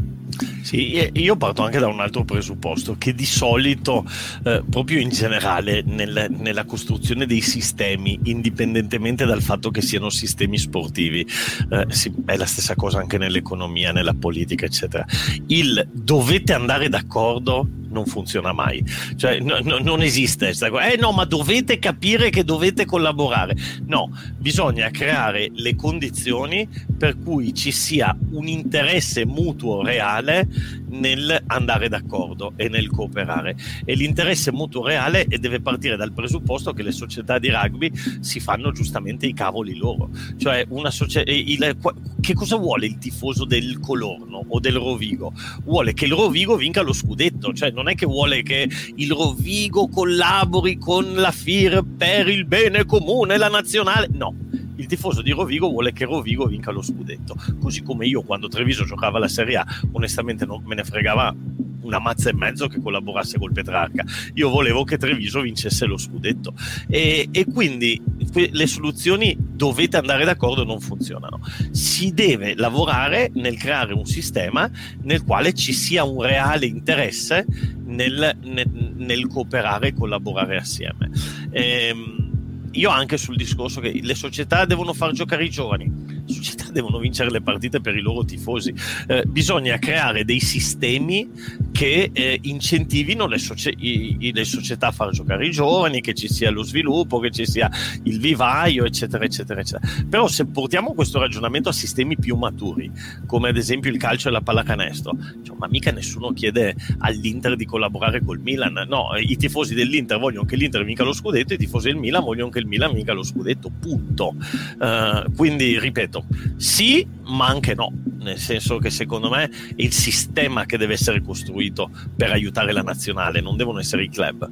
Sì, io parto anche da un altro presupposto, che di solito, eh, proprio in generale, nel, nella costruzione dei sistemi, indipendentemente dal fatto che siano sistemi sportivi, eh, sì, è la stessa cosa anche nell'economia, nella politica, eccetera. Il dovete andare d'accordo non funziona mai, cioè no, no, non esiste eh no ma dovete capire che dovete collaborare, no, bisogna creare le condizioni per cui ci sia un interesse mutuo reale nel andare d'accordo e nel cooperare, e l'interesse mutuo reale deve partire dal presupposto che le società di rugby si fanno giustamente i cavoli loro, cioè una socia- il, che cosa vuole il tifoso del Colorno o del Rovigo? Vuole che il Rovigo vinca lo scudetto, cioè non è che vuole che il Rovigo collabori con la F I R per il bene comune, la nazionale, no. Il tifoso di Rovigo vuole che Rovigo vinca lo scudetto, così come io quando Treviso giocava alla Serie A onestamente non me ne fregava una mazza e mezzo che collaborasse col Petrarca, io volevo che Treviso vincesse lo scudetto, e, e quindi le soluzioni dovete andare d'accordo non funzionano, si deve lavorare nel creare un sistema nel quale ci sia un reale interesse nel, nel, nel cooperare e collaborare assieme. Ehm, Io anche sul discorso che le società devono far giocare i giovani, le società devono vincere le partite per i loro tifosi, eh, bisogna creare dei sistemi che eh, incentivino le, socie- i- le società a far giocare i giovani, che ci sia lo sviluppo, che ci sia il vivaio, eccetera eccetera eccetera. Però se portiamo questo ragionamento a sistemi più maturi, come ad esempio il calcio e la pallacanestro, cioè, ma mica nessuno chiede all'Inter di collaborare col Milan, no, i tifosi dell'Inter vogliono che l'Inter vinca lo scudetto, i tifosi del Milan vogliono che il Milan vinca lo scudetto, punto. Uh, quindi ripeto, sì ma anche no, nel senso che secondo me è il sistema che deve essere costruito per aiutare la nazionale, non devono essere i club.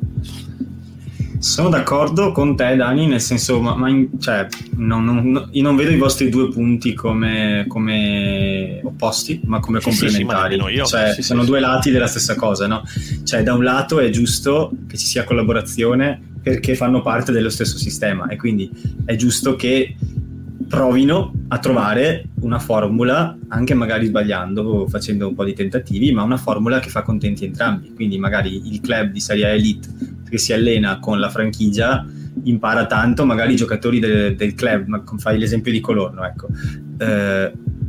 Sono d'accordo con te, Dani, nel senso, ma, ma in, cioè, non, non, io non vedo i vostri due punti come, come opposti, ma come sì, complementari. Sì, sì, io. Cioè, sì, sono sì, due sì. lati della stessa cosa, no? Cioè, da un lato è giusto che ci sia collaborazione perché fanno parte dello stesso sistema, e quindi è giusto che provino a trovare una formula, anche magari sbagliando, facendo un po' di tentativi, ma una formula che fa contenti entrambi. Quindi magari il club di Serie A Elite che si allena con la franchigia impara tanto, magari i giocatori del, del club, ma fai l'esempio di Colorno, ecco, eh,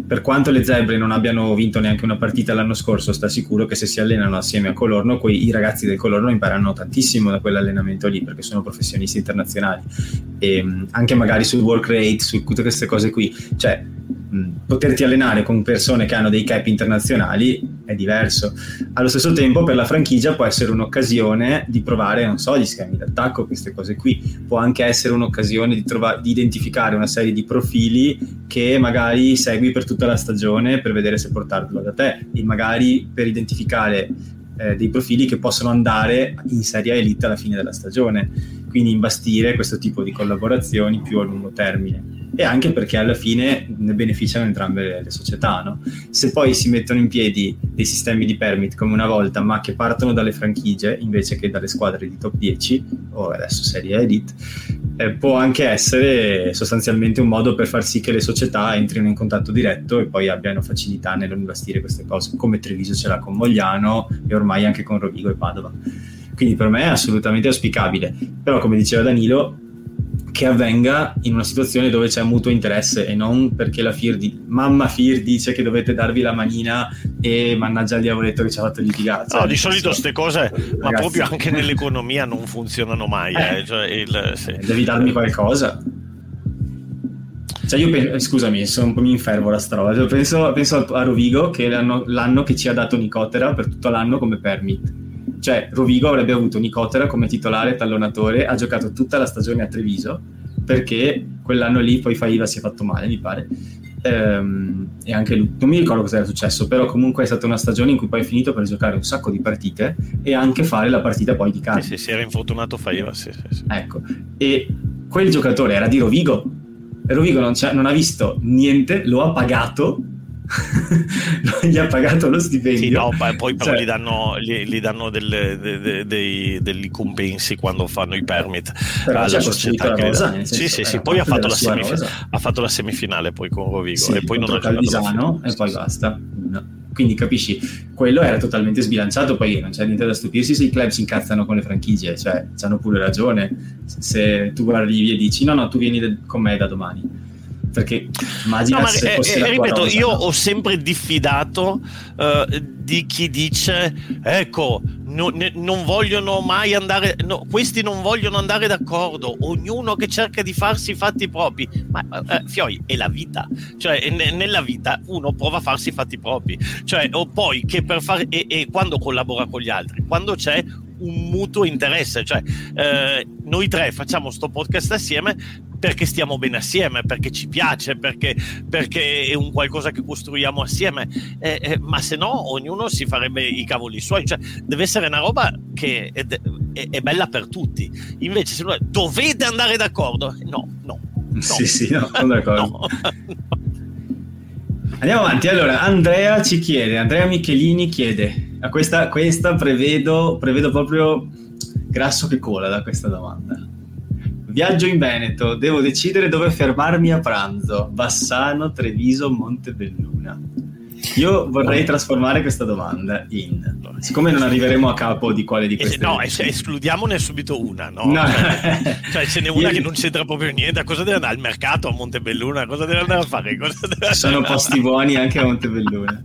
per quanto le zebre non abbiano vinto neanche una partita l'anno scorso, sta sicuro che se si allenano assieme a Colorno, quei, i ragazzi del Colorno imparano tantissimo da quell'allenamento lì, perché sono professionisti internazionali, e anche magari sul work rate, su tutte queste cose qui, cioè poterti allenare con persone che hanno dei cap internazionali è diverso. Allo stesso tempo per la franchigia può essere un'occasione di provare, non so, gli schemi d'attacco, queste cose qui. Può anche essere un'occasione di, trova- di identificare una serie di profili che magari segui per tutta la stagione per vedere se portarlo da te, e magari per identificare eh, dei profili che possono andare in Serie Elite alla fine della stagione, quindi imbastire questo tipo di collaborazioni più a lungo termine. E anche perché alla fine ne beneficiano entrambe le, le società, no? Se poi si mettono in piedi dei sistemi di permit come una volta, ma che partono dalle franchigie invece che dalle squadre di top dieci o adesso Serie Elite, eh, può anche essere sostanzialmente un modo per far sì che le società entrino in contatto diretto e poi abbiano facilità nell'investire queste cose, come Treviso ce l'ha con Mogliano e ormai anche con Rovigo e Padova. Quindi per me è assolutamente auspicabile, però come diceva Danilo, che avvenga in una situazione dove c'è mutuo interesse e non perché la F I R di mamma F I R dice che dovete darvi la manina e mannaggia il diavoletto che ci ha fatto litigare. No, di solito queste cose, ragazzi, ma proprio anche nell'economia non funzionano mai. Eh. Eh. Cioè il, sì. Devi darmi qualcosa. Cioè io penso, scusami, sono un po' mi infervo la sta roba. Penso, penso a Rovigo, che l'anno, l'anno che ci ha dato Nicotera per tutto l'anno come permit. Cioè Rovigo avrebbe avuto Nicotera come titolare tallonatore, ha giocato tutta la stagione a Treviso perché quell'anno lì poi Faiva si è fatto male, mi pare, ehm, e anche lui, non mi ricordo cosa era successo, però comunque è stata una stagione in cui poi è finito per giocare un sacco di partite e anche fare la partita poi di casa. Sì, sì, si era infortunato Faiva, sì, sì, sì. Ecco, e quel giocatore era di Rovigo, e Rovigo non, non ha visto niente, lo ha pagato, non gli ha pagato lo stipendio. Sì, no, poi però cioè, gli danno, gli, gli danno delle, de, de, dei, degli compensi quando fanno i permit alla società. La rosa, sì, senso, sì, sì. Poi ha fatto, la semifinale, ha fatto la semifinale poi con Rovigo, sì, e poi non ha giocato Calvisano e poi basta. No. Quindi capisci, quello era totalmente sbilanciato. Poi non c'è niente da stupirsi se i club si incazzano con le franchigie, cioè hanno pure ragione se tu arrivi e dici no no tu vieni con me da domani, perché immagina no, se fosse eh, la ripeto, rosa, io no? ho sempre diffidato uh, di chi dice ecco no, ne, non vogliono mai andare no, questi non vogliono andare d'accordo, ognuno che cerca di farsi i fatti propri, ma uh, Fioi è la vita, cioè ne, nella vita uno prova a farsi i fatti propri, cioè o poi che per fare e, e quando collabora con gli altri, quando c'è un mutuo interesse, cioè eh, noi tre facciamo sto podcast assieme perché stiamo bene assieme, perché ci piace, perché, perché è un qualcosa che costruiamo assieme, eh, eh, ma se no ognuno si farebbe i cavoli suoi, cioè deve essere una roba che è, è, è bella per tutti. Invece se noi dovete andare d'accordo, no, no, no. Sì, sì, no, sono d'accordo. No, no. Andiamo avanti. Allora, Andrea ci chiede, Andrea Michelini chiede, a questa, questa prevedo, prevedo proprio grasso che cola da questa domanda. Viaggio in Veneto, devo decidere dove fermarmi a pranzo, Bassano, Treviso, Montebelluna. Io vorrei trasformare questa domanda in, siccome non arriveremo a capo di quale di queste, no, es- escludiamone subito una, no? no. Cioè, cioè ce n'è una che non c'entra proprio niente. A cosa deve andare al mercato a Montebelluna? Cosa deve andare a fare? Cosa deve Ci sono posti buoni anche a Montebelluna.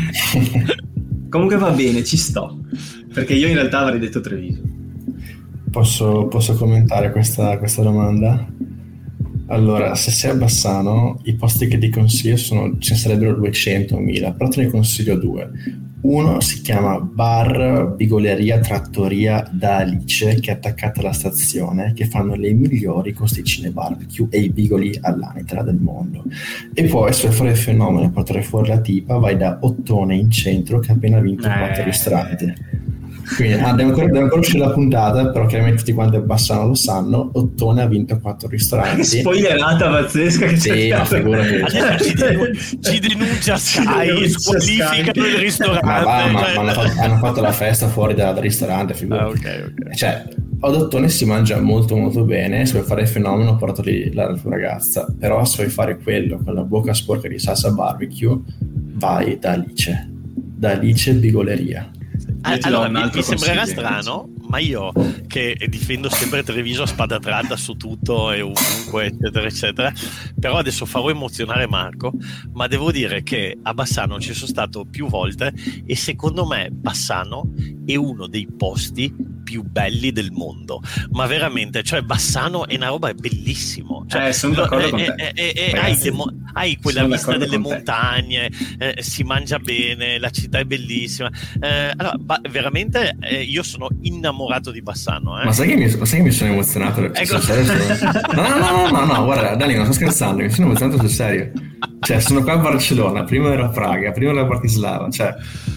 Comunque va bene, ci sto, perché io in realtà avrei detto Treviso. Posso, posso commentare questa, questa domanda? Allora, se sei a Bassano, i posti che ti consiglio sono, ce ne sarebbero duecentomila, però te ne consiglio due. Uno si chiama Bar Bigoleria Trattoria da Alice, che è attaccata alla stazione, che fanno le migliori costicine barbecue e i bigoli all'anitra del mondo. E poi, se vuoi fare il fenomeno e portare fuori la tipa, vai da Ottone in centro, che ha appena vinto eh. quattro ristoranti. Quindi, ah, devo, ancora, devo ancora uscire la puntata, però chiaramente tutti quanti a Bassano lo sanno. Ottone ha vinto quattro ristoranti. Spoilerata pazzesca che sì, ma figurati. Adesso ci, denun- ci denuncia Sky, squalificano il ristorante. Ma, va, ma, cioè... ma hanno, fatto, hanno fatto la festa fuori dal ristorante, figurati. Ah, okay, okay. Cioè, ad Ottone si mangia molto molto bene. Se vuoi fare il fenomeno, portali la, la tua ragazza. Però se vuoi fare quello con la bocca sporca di salsa barbecue, vai da Alice. Da Alice Bigoleria. Allora, mi, mi sembrerà strano, ma io che difendo sempre Treviso a spada tratta su tutto e ovunque, eccetera, eccetera, però adesso farò emozionare Marco, ma devo dire che a Bassano ci sono stato più volte e secondo me Bassano è uno dei posti più belli del mondo, ma veramente, cioè Bassano è una roba bellissimo, cioè, eh, sono d'accordo eh, con te. Eh, eh, eh, hai, le mo- hai quella sono vista delle montagne, eh, si mangia bene, la città è bellissima, eh, allora ba- veramente eh, io sono innamorato di Bassano, eh. Ma sai che mi, sai che mi sono emozionato? Ecco. No, no, no, no, no, no, guarda Dani, non sto scherzando, mi sono emozionato sul serio, cioè sono qua a Barcellona, prima ero a Praga, prima ero a Bratislava, cioè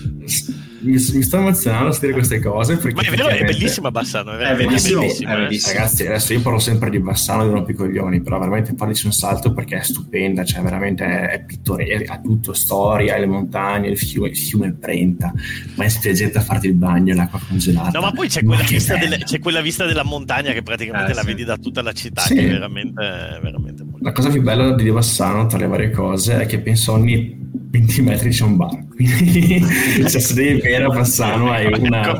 mi, mi sto emozionando a sentire queste cose perché ma è vero, è bellissima Bassano, è, vero, è bellissimo, è bellissimo, è eh. bellissimo. Ragazzi, adesso io parlo sempre di Bassano di Rompicoglioni, però veramente farlici un salto perché è stupenda, cioè veramente è, è pittoresca, ha tutto, storia, le montagne, il fiume, il fiume Brenta, ma è spiaggetta a farti il bagno, l'acqua congelata. No, ma poi c'è quella, vista delle, c'è quella vista della montagna che praticamente eh, la sì. vedi da tutta la città, sì. che è veramente, veramente molto. La cosa più bella di Bassano, tra le varie cose, è che penso ogni venti metri c'è un bar, quindi cioè, se devi bere a Bassano hai una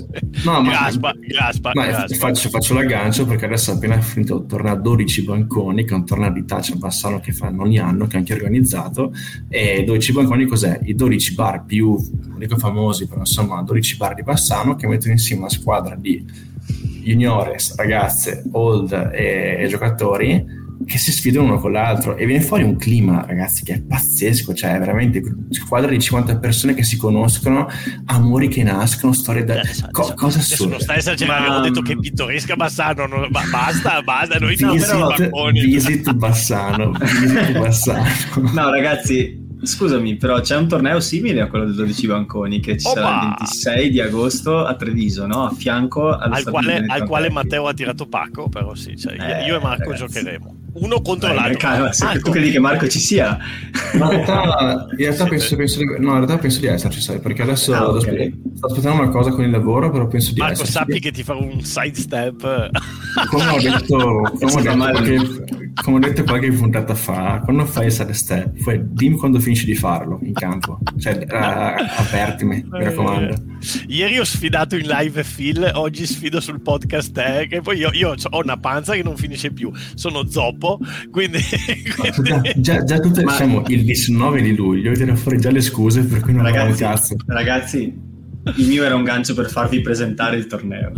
no, ma, graspa, graspa, ma graspa. Faccio, faccio l'aggancio perché adesso appena finito torna a dodici banconi, che è un torneo di Touch a Bassano che fanno ogni anno, che è anche organizzato, e dodici banconi cos'è? I dodici bar più, non dico famosi, però insomma dodici bar di Bassano che mettono insieme una squadra di juniores, ragazze, old e, e giocatori che si sfidano uno con l'altro e viene fuori un clima, ragazzi, che è pazzesco, cioè veramente squadra di cinquanta persone che si conoscono, amori che nascono, storie da Co- cosa assurda. Non stai esagerando, abbiamo detto che è pittoresca Bassano, non... ma basta, basta, noi visit, no, però... visit Bassano, visit Bassano. No, ragazzi, scusami, però c'è un torneo simile a quello del dodici banconi che ci Opa! sarà il ventisei di agosto a Treviso, no? A fianco allo al quale, al quale Matteo ha tirato pacco, però sì, cioè, eh, io e Marco ragazzi. giocheremo uno contro eh, l'altro. Calma, se tu credi che Marco ci sia? Ma in realtà, in realtà penso, penso di, no, in realtà penso di esserci, sai, perché adesso ah, okay. sto aspettando una cosa con il lavoro, però penso di Marco, esserci. sappi che ti farò un sidestep. Come ho detto, come ho detto, qualche, come ho detto qualche puntata fa, quando fai il sidestep, poi dimmi quando finisci di farlo in campo, cioè uh, avvertimi, mi raccomando. Ieri ho sfidato in live Phil, oggi sfido sul podcast te, che poi io, io ho una panza che non finisce più, sono zoppo, quindi, quindi... Già, già tutte, Ma... siamo il diciannove di luglio, tiro fuori già le scuse per cui non abbiamo un cazzo. Ragazzi, il mio era un gancio per farvi presentare il torneo.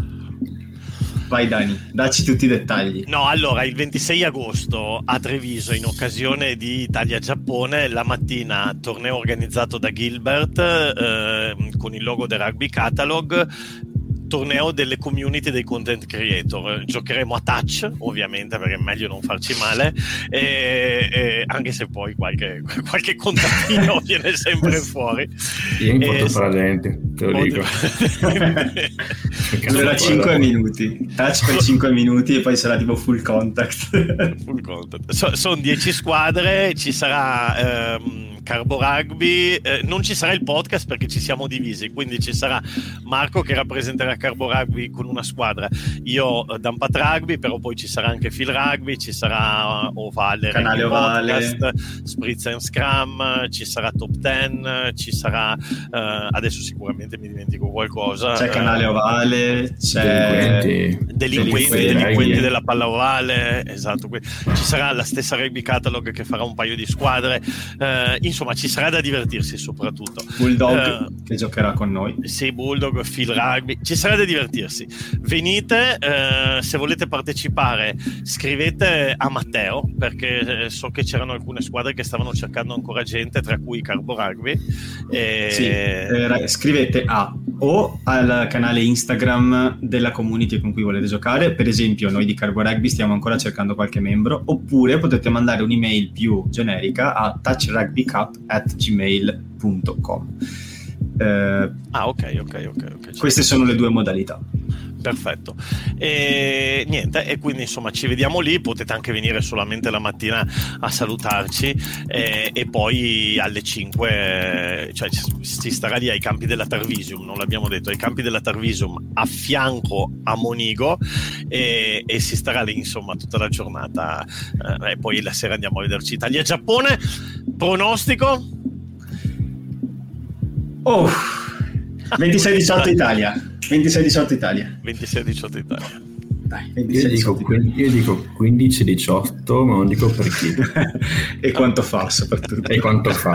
Vai Dani, dacci tutti i dettagli. No, allora, il ventisei agosto a Treviso, in occasione di Italia-Giappone, la mattina torneo organizzato da Gilbert eh, con il logo del Rugby Catalog, torneo delle community dei content creator. Giocheremo a touch, ovviamente, perché è meglio non farci male, e, e anche se poi qualche, qualche contattino viene sempre fuori. Io mi porto fra denti, te lo dico. Dura cinque minuti, touch per cinque minuti e poi sarà tipo full contact. Full contact. So, sono dieci squadre, ci sarà ehm, Carbo Rugby, eh, non ci sarà il podcast perché ci siamo divisi, quindi ci sarà Marco che rappresenterà Carbo Rugby con una squadra, io eh, Dampat Rugby, però poi ci sarà anche Phil Rugby, ci sarà Ovale, Canale Ovale, Podcast, Spritz and Scrum, ci sarà Top dieci, ci sarà eh, adesso sicuramente mi dimentico qualcosa, c'è Canale Ovale, c'è delinquenti, delinquenti, delinquenti della palla ovale, esatto, ci sarà la stessa Rugby Catalog che farà un paio di squadre, eh, insomma ci sarà da divertirsi, soprattutto Bulldog uh, che giocherà con noi, sì, Bulldog, Phil Rugby, ci sarà da divertirsi, venite, uh, se volete partecipare scrivete a Matteo perché so che c'erano alcune squadre che stavano cercando ancora gente, tra cui Carbo Rugby e... sì, eh, scrivete a o al canale Instagram della community con cui volete giocare, per esempio noi di Carbo Rugby stiamo ancora cercando qualche membro, oppure potete mandare un'email più generica a touchrugbycup at gmail punto com. Eh, ah ok ok ok, okay. Queste sono le due modalità. Perfetto, e niente, e quindi insomma ci vediamo lì, potete anche venire solamente la mattina a salutarci e, e poi alle cinque, cioè si starà lì ai campi della Tarvisium, non l'abbiamo detto, ai campi della Tarvisium a fianco a Monigo e, e si starà lì insomma tutta la giornata, eh, e poi la sera andiamo a vederci Italia-Giappone. Pronostico? Oh, ventisei diciotto Italia. ventisei diciotto Italia. ventisei diciotto Italia. Dai, io, dico, io dico quindici diciotto, ma non dico per chi. E quanto fa soprattutto. E quanto fa.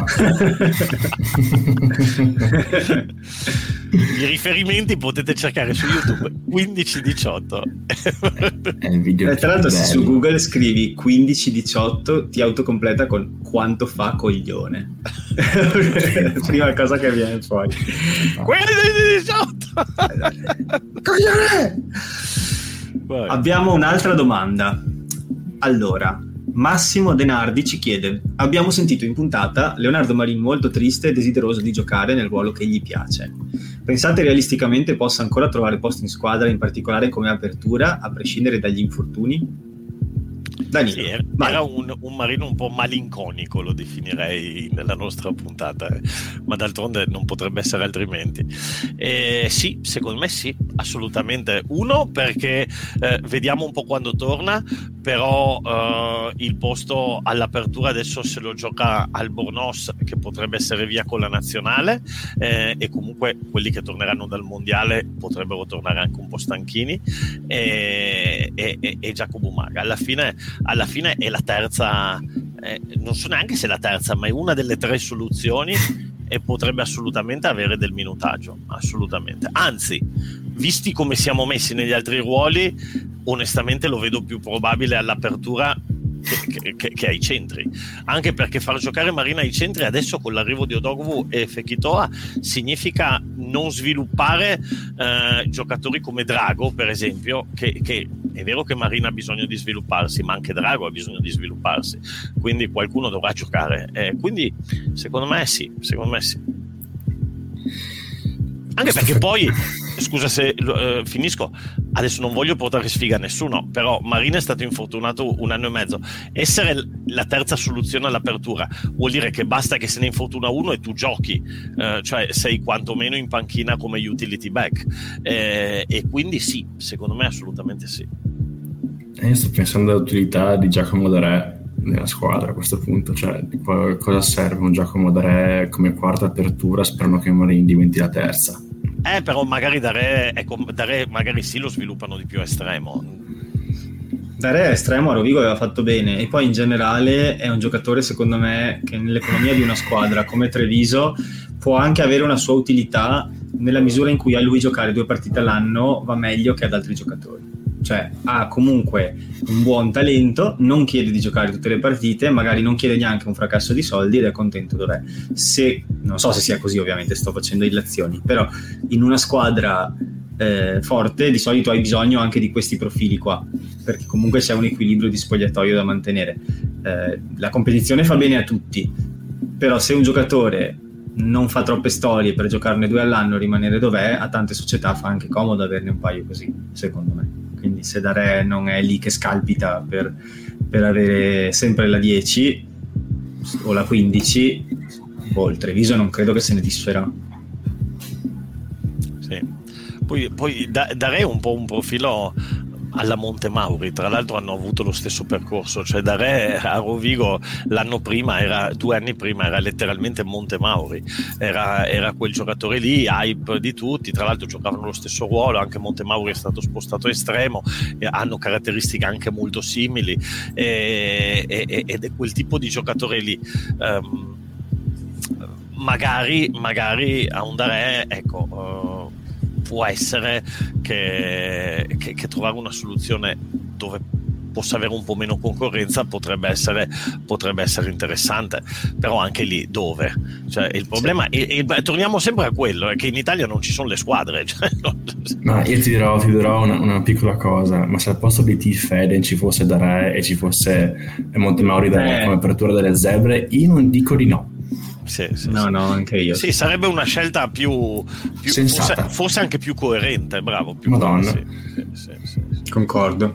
I riferimenti potete cercare su YouTube. quindici diciotto. È il video. E tra l'altro se bello. su Google scrivi quindici diciotto ti autocompleta con quanto fa coglione. Prima cosa che viene fuori. quindici diciotto. Coglione! Vai. Abbiamo un'altra domanda. Allora, Massimo Denardi ci chiede: abbiamo sentito in puntata Leonardo Marin molto triste e desideroso di giocare nel ruolo che gli piace. Pensate realisticamente possa ancora trovare posto in squadra, in particolare come apertura, a prescindere dagli infortuni? Danilo, Sì, era, vai. era un, un Marino un po' malinconico, lo definirei nella nostra puntata, eh. Ma d'altronde non potrebbe essere altrimenti. Eh, sì, secondo me sì, assolutamente. Uno, perché eh, vediamo un po' quando torna, però eh, il posto all'apertura adesso se lo gioca Albornoz, che potrebbe essere via con la nazionale, eh, e comunque quelli che torneranno dal mondiale potrebbero tornare anche un po' stanchini, e, e, e, e Giacomo Maga. Alla fine alla fine è la terza, eh, non so neanche se è la terza, ma è una delle tre soluzioni e potrebbe assolutamente avere del minutaggio, assolutamente. Anzi, visti come siamo messi negli altri ruoli, onestamente lo vedo più probabile all'apertura che, che, che ai centri, anche perché far giocare Marina ai centri adesso con l'arrivo di Odogwu e Fekitoa significa non sviluppare eh, giocatori come Drago, per esempio, che, che è vero che Marina ha bisogno di svilupparsi, ma anche Drago ha bisogno di svilupparsi, quindi qualcuno dovrà giocare, eh, quindi secondo me sì, secondo me sì. Anche perché poi, scusa se uh, finisco, adesso non voglio portare sfiga a nessuno, però Marina è stato infortunato un anno e mezzo. Essere la terza soluzione all'apertura vuol dire che basta che se ne infortuna uno e tu giochi, uh, cioè sei quantomeno in panchina come utility back, eh, e quindi sì, secondo me assolutamente sì. Io sto pensando all'utilità di Giacomo Darè nella squadra a questo punto, cioè cosa serve un Giacomo Darè come quarta apertura sperando che Marin diventi la terza. Eh, però magari Darè, ecco, Darè magari sì lo sviluppano di più a estremo. Darè a estremo a Rovigo aveva fatto bene, e poi in generale è un giocatore secondo me che nell'economia di una squadra come Treviso può anche avere una sua utilità nella misura in cui a lui giocare due partite all'anno va meglio che ad altri giocatori. Cioè ha comunque un buon talento, non chiede di giocare tutte le partite, magari non chiede neanche un fracasso di soldi ed è contento dov'è. Se, non so se sia così, ovviamente sto facendo illazioni, però in una squadra eh, forte di solito hai bisogno anche di questi profili qua, perché comunque c'è un equilibrio di spogliatoio da mantenere. Eh, la competizione fa bene a tutti, però se un giocatore non fa troppe storie per giocarne due all'anno e rimanere dov'è, a tante società fa anche comodo averne un paio così, secondo me. Quindi se Darè non è lì che scalpita per, per avere sempre la dieci o la quindici, boh, il Treviso non credo che se ne disferà. Sì. Poi, poi Darè è un po' un profilo alla Montemauri, tra l'altro hanno avuto lo stesso percorso, cioè Darè a Rovigo l'anno prima era, due anni prima era letteralmente Montemauri, era, era quel giocatore lì, hype di tutti, tra l'altro giocavano lo stesso ruolo, anche Montemauri è stato spostato a estremo, hanno caratteristiche anche molto simili, e, e, ed è quel tipo di giocatore lì. Um, magari, magari a un Darè, ecco, uh, può essere che, che, che trovare una soluzione dove possa avere un po' meno concorrenza potrebbe essere, potrebbe essere interessante, però anche lì dove? Cioè, il problema, sì. e, e, torniamo sempre a quello, è che in Italia non ci sono le squadre. Cioè, no. Ma io ti dirò, ti dirò una, una piccola cosa, ma se al posto di T. Feden ci fosse Darè e ci fosse Montemauri Darè eh. come apertura delle Zebre, io non dico di no. Sì, sì, no, sì. no, anche io. Sì, sarebbe una scelta più, più forse, forse anche più coerente, bravo. Più Madonna. Sì, sì, sì, sì, sì. Concordo.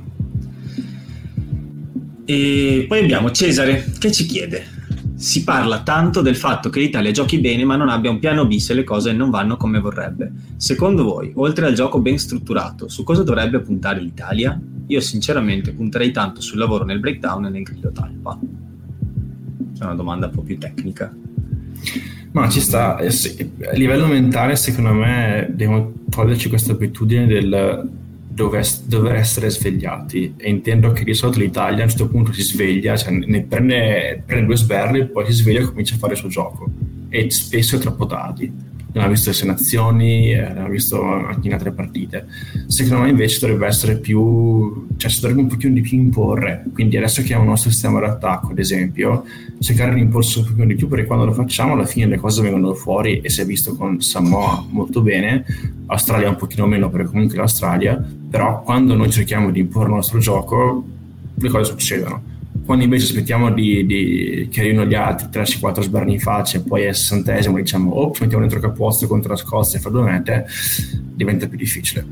E poi abbiamo Cesare che ci chiede: si parla tanto del fatto che l'Italia giochi bene ma non abbia un piano B se le cose non vanno come vorrebbe. Secondo voi, oltre al gioco ben strutturato, su cosa dovrebbe puntare l'Italia? Io sinceramente punterei tanto sul lavoro nel breakdown e nel grillo talpa. È una domanda un po' più tecnica. Ma ci sta, eh, sì, a livello mentale secondo me dobbiamo toglierci questa abitudine del dover, dover essere svegliati, e intendo che di solito l'Italia a un certo punto si sveglia, cioè ne prende, prende due sberle, poi si sveglia e comincia a fare il suo gioco, e spesso è troppo tardi. Non ha visto le nazioni, eh, non ha visto anche in altre partite. Secondo me invece dovrebbe essere più, cioè si dovrebbe un pochino di più imporre. Quindi adesso che ha un nostro sistema d'attacco, ad esempio, cercare di imporsi un pochino di più, perché quando lo facciamo alla fine le cose vengono fuori, e si è visto con Samoa molto bene, Australia un pochino meno, perché comunque l'Australia, però quando noi cerchiamo di imporre il nostro gioco le cose succedono. Quando invece aspettiamo di, di che arrivino gli altri, tirarci quattro sbarni in faccia, e poi al sessantesimo diciamo oh, ci mettiamo dentro caposto contro la Scozia e fa due mete, diventa più difficile.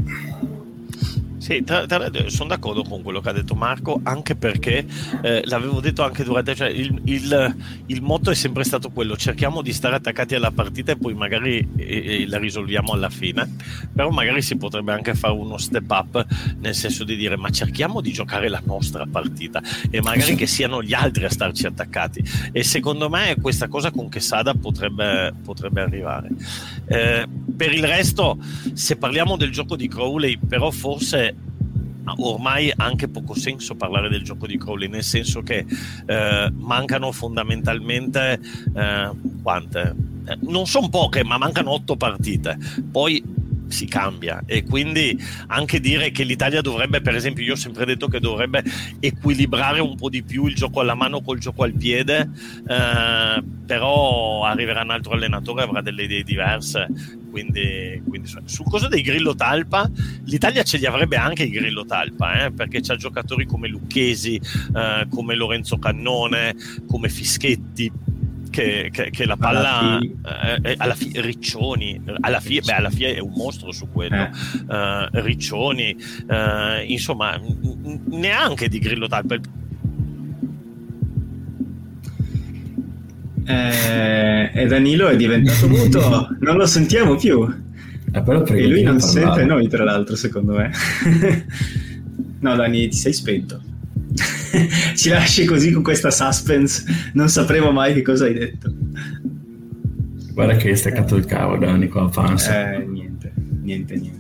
Sì, tra, tra, sono d'accordo con quello che ha detto Marco, anche perché eh, l'avevo detto anche durante, cioè il, il, il motto è sempre stato quello: cerchiamo di stare attaccati alla partita e poi magari eh, la risolviamo alla fine. Però magari si potrebbe anche fare uno step up, nel senso di dire: ma cerchiamo di giocare la nostra partita, e magari che siano gli altri a starci attaccati. E secondo me questa cosa con Quesada potrebbe, potrebbe arrivare. Eh, per il resto, se parliamo del gioco di Crowley, però forse ormai ha anche poco senso parlare del gioco di Crowley, nel senso che eh, mancano fondamentalmente eh, quante? Eh, non sono poche, ma mancano otto partite, poi si cambia, e quindi anche dire che l'Italia dovrebbe, per esempio, io ho sempre detto che dovrebbe equilibrare un po' di più il gioco alla mano col gioco al piede, eh, però arriverà un altro allenatore e avrà delle idee diverse. Quindi, quindi sul coso dei Grillo Talpa, l'Italia ce li avrebbe anche i Grillo Talpa, eh, perché c'ha giocatori come Lucchesi, eh, come Lorenzo Cannone, come Fischetti, che, che, che la palla eh, alla fi, Riccioni alla fine, beh, alla fine è un mostro su quello, eh. uh, Riccioni, uh, insomma, neanche di Grillo Talpa. Eh, e Danilo è diventato muto, non lo sentiamo più, eh, però e lui non sente noi, tra l'altro, secondo me. No, Dani, ti sei spento. Ci lasci così con questa suspense, non sapremo mai che cosa hai detto. Guarda che hai staccato il cavo, Dani, con la panza. Eh, niente, niente, niente.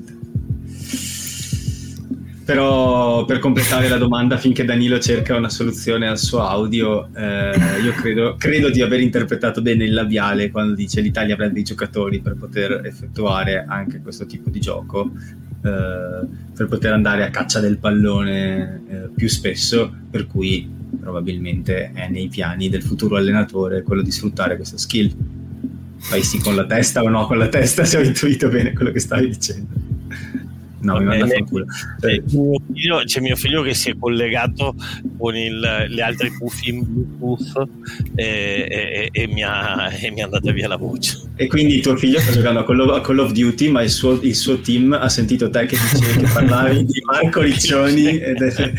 Però per completare la domanda, finché Danilo cerca una soluzione al suo audio, eh, io credo, credo di aver interpretato bene il labiale quando dice l'Italia avrebbe i giocatori per poter effettuare anche questo tipo di gioco, eh, per poter andare a caccia del pallone eh, più spesso, per cui probabilmente è nei piani del futuro allenatore quello di sfruttare questa skill. Fai sì con la testa o no con la testa, se ho intuito bene quello che stavi dicendo. No, mi manda fanculo. C'è mio figlio, c'è mio figlio che si è collegato con il, le altre cuffie in Bluetooth e, e, e, mi ha, e mi è andata via la voce. E quindi tuo figlio sta giocando a Call of, a Call of Duty, ma il suo, il suo team ha sentito te che dicevi, che parlavi di Marco Riccioni ed è...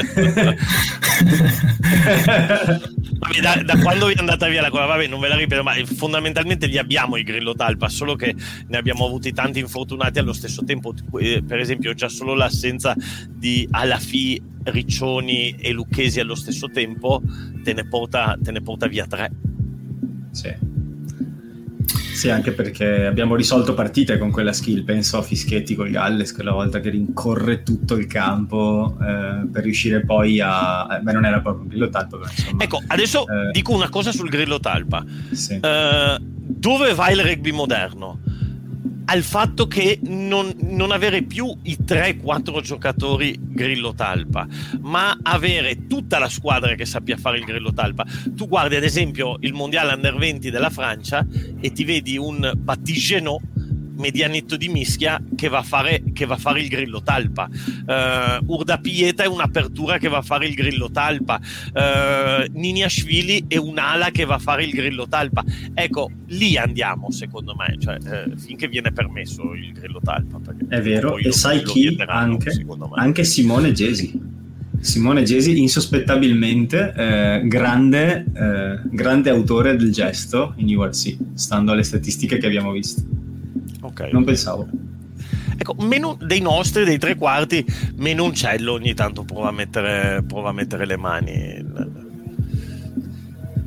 Vabbè, da, da quando vi è andata via la cosa, vabbè, non ve la ripeto, ma fondamentalmente li abbiamo i Grillo Talpa, solo che ne abbiamo avuti tanti infortunati allo stesso tempo. Per esempio, già solo l'assenza di Alafi, Riccioni e Lucchesi allo stesso tempo te ne porta, te ne porta via tre. Sì. Sì, anche perché abbiamo risolto partite con quella skill. Penso a Fischetti col Galles, quella volta che rincorre tutto il campo eh, per riuscire poi a... Beh, non era proprio un Grillo Talpa, però insomma... Ecco, adesso eh... dico una cosa sul Grillo Talpa. Sì. Eh, dove va il rugby moderno? Al fatto che non, non avere più i tre quattro giocatori Grillo Talpa, ma avere tutta la squadra che sappia fare il Grillo Talpa. Tu guardi ad esempio il mondiale under venti della Francia e ti vedi un Batigenot medianetto di mischia che va a fare, che va a fare il Grillo Talpa. uh, Urda Pieta è un'apertura che va a fare il Grillo Talpa. uh, Niniashvili è un'ala che va a fare il Grillo Talpa. Ecco, lì andiamo secondo me, cioè, uh, finché viene permesso il Grillo Talpa, è vero. E sai chi? Anche, anche Simone Gesi Simone Gesi insospettabilmente eh, grande, eh, grande autore del gesto in U R C, stando alle statistiche che abbiamo visto. Okay. Non pensavo. Ecco, meno dei nostri, dei tre quarti, Menoncello ogni tanto prova a mettere, prova a mettere le mani.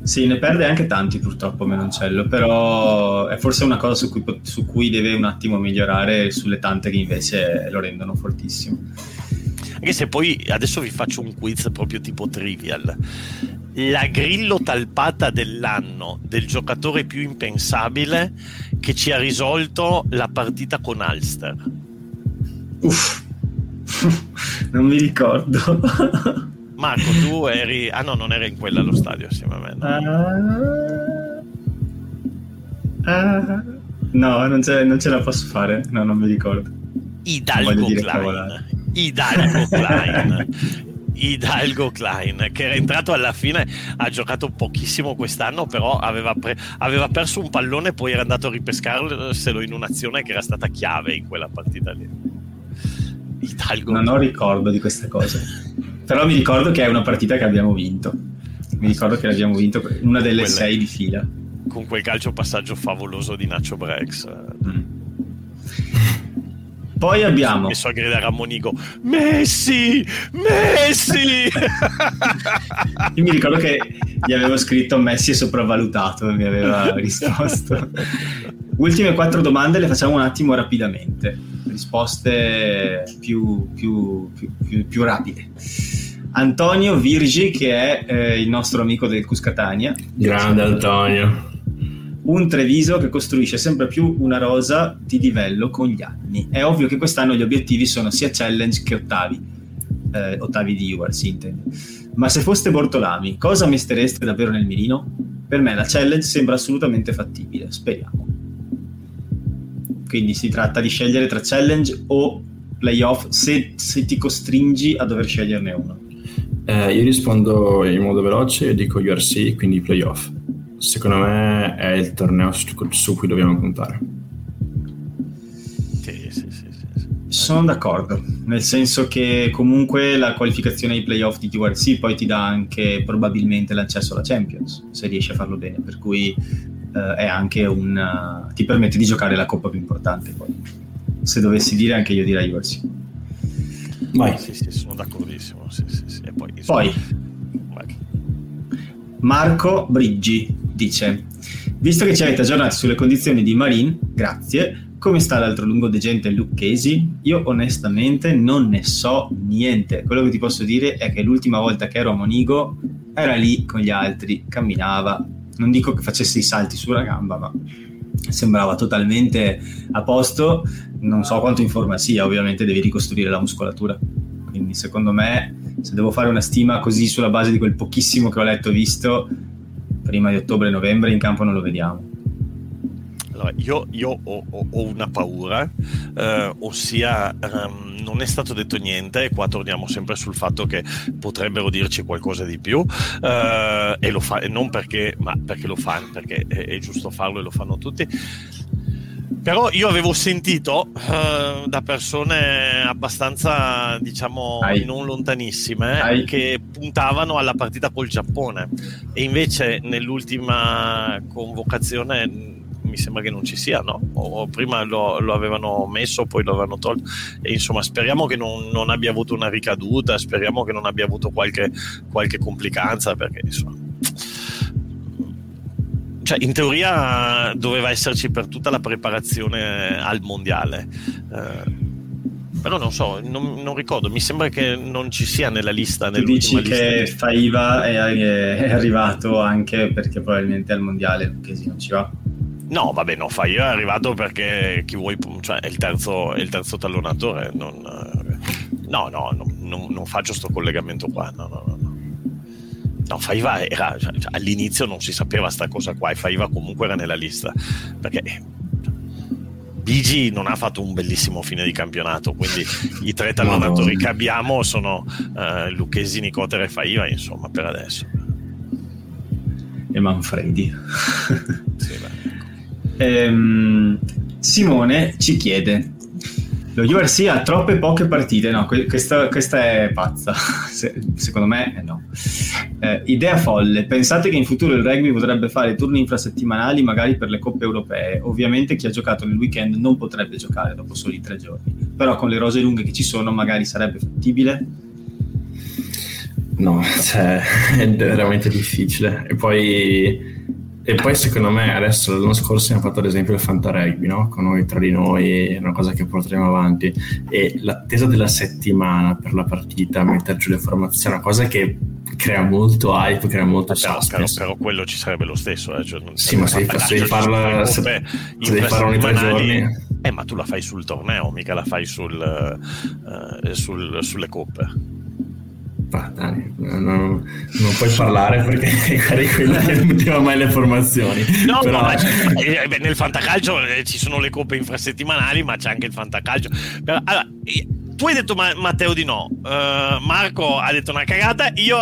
Sì, ne perde anche tanti purtroppo Menoncello, però è forse una cosa su cui, su cui deve un attimo migliorare sulle tante che invece lo rendono fortissimo. Anche se poi adesso vi faccio un quiz proprio tipo trivial. La grillo talpata dell'anno del giocatore più impensabile che ci ha risolto la partita con Ulster. Uff, non mi ricordo. Marco, tu eri... Ah no, non era in quella allo stadio assieme a me. No, uh, uh, no non, ce, non ce la posso fare. No, non mi ricordo. Hidalgo Klein. Hidalgo Klein. Hidalgo Klein, che era entrato alla fine, ha giocato pochissimo quest'anno, però aveva, pre- aveva perso un pallone e poi era andato a ripescarselo in un'azione che era stata chiave in quella partita lì. Hidalgo non ho ricordo di queste cose. Però mi ricordo che è una partita che abbiamo vinto. Mi ricordo che l'abbiamo vinto una delle Quelle, sei di fila. Con quel calcio passaggio favoloso di Nacho Brex. Mm. Poi abbiamo... messo a gridare a Monigo, Messi! Messi! Io mi ricordo che gli avevo scritto Messi è sopravvalutato e mi aveva risposto. Ultime quattro domande le facciamo un attimo rapidamente. Risposte più, più, più, più, più rapide. Antonio Virgi, che è eh, il nostro amico del Cuscatania. Grande Antonio. Un Treviso che costruisce sempre più una rosa di livello con gli anni. È ovvio che quest'anno gli obiettivi sono sia challenge che ottavi. Eh, ottavi di U R, si intende. Ma se foste Bortolami, cosa mettereste davvero nel mirino? Per me la challenge sembra assolutamente fattibile. Speriamo. Quindi si tratta di scegliere tra challenge o playoff se, se ti costringi a dover sceglierne uno. Eh, io rispondo in modo veloce e dico U R C, quindi playoff. Secondo me è il torneo su, su cui dobbiamo puntare. Sì, sì, sì, sì. Sono d'accordo, nel senso che comunque la qualificazione ai playoff di U R C poi ti dà anche probabilmente l'accesso alla Champions, se riesci a farlo bene, per cui uh, è anche un uh, ti permette di giocare la coppa più importante. Poi se dovessi dire, anche io direi U R C. Vai. Sì, sì, sono d'accordissimo. Sì, sì, sì. E poi, poi Marco Briggi dice: visto che ci avete aggiornati sulle condizioni di Marin, grazie. Come sta l'altro lungo degente Lucchesi? Io onestamente non ne so niente. Quello che ti posso dire è che l'ultima volta che ero a Monigo era lì con gli altri, camminava. Non dico che facesse i salti sulla gamba, ma sembrava totalmente a posto. Non so quanto in forma sia, ovviamente devi ricostruire la muscolatura. Quindi secondo me, se devo fare una stima così sulla base di quel pochissimo che ho letto e visto, prima di ottobre-novembre in campo non lo vediamo. Allora, io, io ho, ho, ho una paura, eh, ossia um, non è stato detto niente, e qua torniamo sempre sul fatto che potrebbero dirci qualcosa di più, eh, e lo fa, e non perché, ma perché lo fanno, perché è, è giusto farlo e lo fanno tutti. Però io avevo sentito uh, da persone abbastanza, diciamo, Ai. non lontanissime, Ai. che puntavano alla partita col Giappone, e invece nell'ultima convocazione mi sembra che non ci sia, no? O prima lo, lo avevano messo, poi lo avevano tolto, e insomma speriamo che non, non abbia avuto una ricaduta, speriamo che non abbia avuto qualche, qualche complicanza, perché insomma, cioè in teoria doveva esserci per tutta la preparazione al mondiale, eh, però non so, non, non ricordo, mi sembra che non ci sia nella lista. Tu dici lista che di... Faiva è, è arrivato anche perché probabilmente al mondiale Lucchesi non ci va? No, vabbè, no, Faiva è arrivato perché chi vuoi, cioè è il terzo, è il terzo tallonatore, non, no, no, no, non, non faccio sto collegamento qua, no, no, no. No, Faiva era, cioè, all'inizio non si sapeva sta cosa qua, e Faiva comunque era nella lista, perché Bigi non ha fatto un bellissimo fine di campionato, quindi i tre tallonatori che abbiamo sono uh, Lucchesi, Nicotera e Faiva, insomma, per adesso. E Manfredi. Sì, beh. ehm, Simone ci chiede: lo U R C ha troppe poche partite? No, questa, questa è pazza. Se, secondo me eh no. Eh, idea folle: pensate che in futuro il rugby potrebbe fare turni infrasettimanali magari per le coppe europee? Ovviamente chi ha giocato nel weekend non potrebbe giocare dopo soli tre giorni, però con le rose lunghe che ci sono magari sarebbe fattibile. No, cioè, è veramente difficile. E poi, e poi secondo me adesso l'anno scorso abbiamo fatto ad esempio il Fanta Rugby, no? Con noi tra di noi, è una cosa che porteremo avanti, e l'attesa della settimana per la partita, mettere giù le formazioni, è una cosa che crea molto hype, crea molto però, suspense. però, però quello ci sarebbe lo stesso, eh? Cioè, non sì, ma se devi farla, se, se devi farla ogni tre giorni, eh, ma tu la fai sul torneo, mica la fai sul, uh, sul sulle coppe. Ah, Dani, non, non puoi parlare perché magari quella che non metteva mai le formazioni. No, però... no, ma eh, beh, nel fantacalcio eh, ci sono le coppe infrasettimanali, ma c'è anche il fantacalcio. Però, allora, eh, tu hai detto ma- Matteo di no, uh, Marco ha detto una cagata, io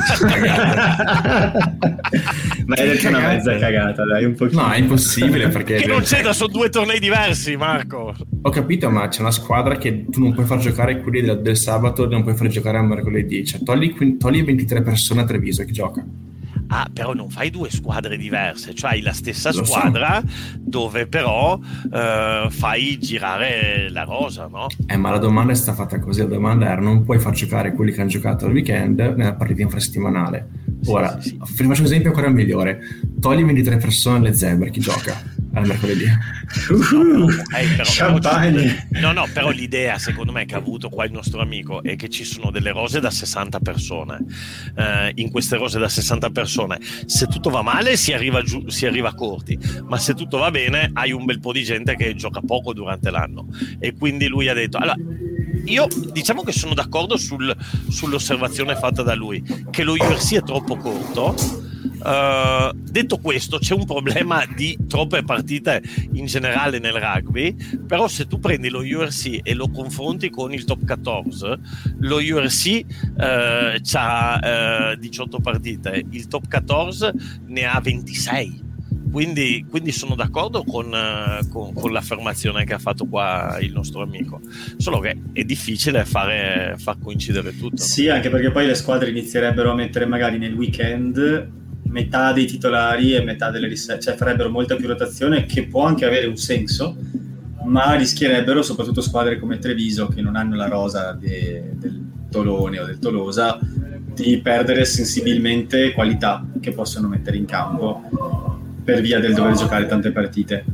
ma hai detto una mezza cagata, dai, un pochino. No, è impossibile perché che non c'è, sono due tornei diversi, Marco. Ho capito, ma c'è una squadra che tu non puoi far giocare quelli del, del sabato, non puoi far giocare a mercoledì, cioè togli, togli ventitré persone a Treviso che gioca. Ah, però non fai due squadre diverse, cioè hai la stessa Lo squadra so. Dove però uh, fai girare la rosa, no? Eh, ma la domanda è stata fatta così, la domanda era non puoi far giocare quelli che hanno giocato al weekend nella partita infrasettimanale. Ora, sì, sì, sì. vi faccio un esempio ancora migliore, togli ventitré persone alle zebre, chi gioca al mercoledì? No, eh, però, Champagne. Però, no, no, però l'idea secondo me che ha avuto qua il nostro amico è che ci sono delle rose da sessanta persone. Eh, in queste rose da sessanta persone, se tutto va male si arriva giù, si arriva corti, ma se tutto va bene hai un bel po' di gente che gioca poco durante l'anno, e quindi lui ha detto allora, io diciamo che sono d'accordo sul, sull'osservazione fatta da lui, che lo U R C è troppo corto. Uh, detto questo, c'è un problema di troppe partite in generale nel rugby, però se tu prendi lo U R C e lo confronti con il top quattordici, lo U R C uh, c'ha uh, diciotto partite, il top quattordici ne ha ventisei. Quindi, quindi sono d'accordo con, uh, con, con l'affermazione che ha fatto qua il nostro amico, solo che è difficile fare far coincidere tutto, no? Sì, anche perché poi le squadre inizierebbero a mettere magari nel weekend metà dei titolari e metà delle riserve, cioè farebbero molta più rotazione, che può anche avere un senso, ma rischierebbero, soprattutto squadre come Treviso che non hanno la rosa de, del Tolone o del Tolosa, di perdere sensibilmente qualità che possono mettere in campo per via del dover giocare tante partite.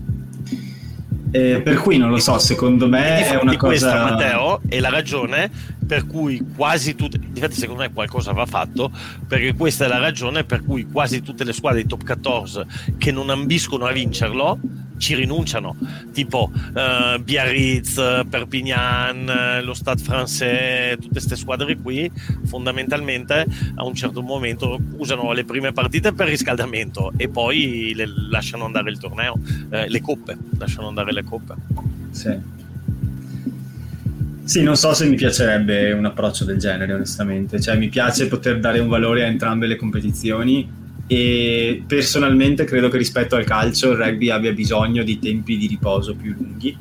Eh, per cui non lo so, secondo me è una di cosa... Questa, Matteo, è la ragione per cui quasi tutte, infatti secondo me qualcosa va fatto, perché questa è la ragione per cui quasi tutte le squadre di top quattordici che non ambiscono a vincerlo ci rinunciano, tipo uh, Biarritz, Perpignan, lo Stade Français, tutte queste squadre qui fondamentalmente a un certo momento usano le prime partite per riscaldamento e poi le lasciano andare il torneo, eh, le coppe, lasciano andare le coppe. Sì. Sì, non so se mi piacerebbe un approccio del genere, onestamente. Cioè, mi piace poter dare un valore a entrambe le competizioni, e personalmente credo che rispetto al calcio il rugby abbia bisogno di tempi di riposo più lunghi,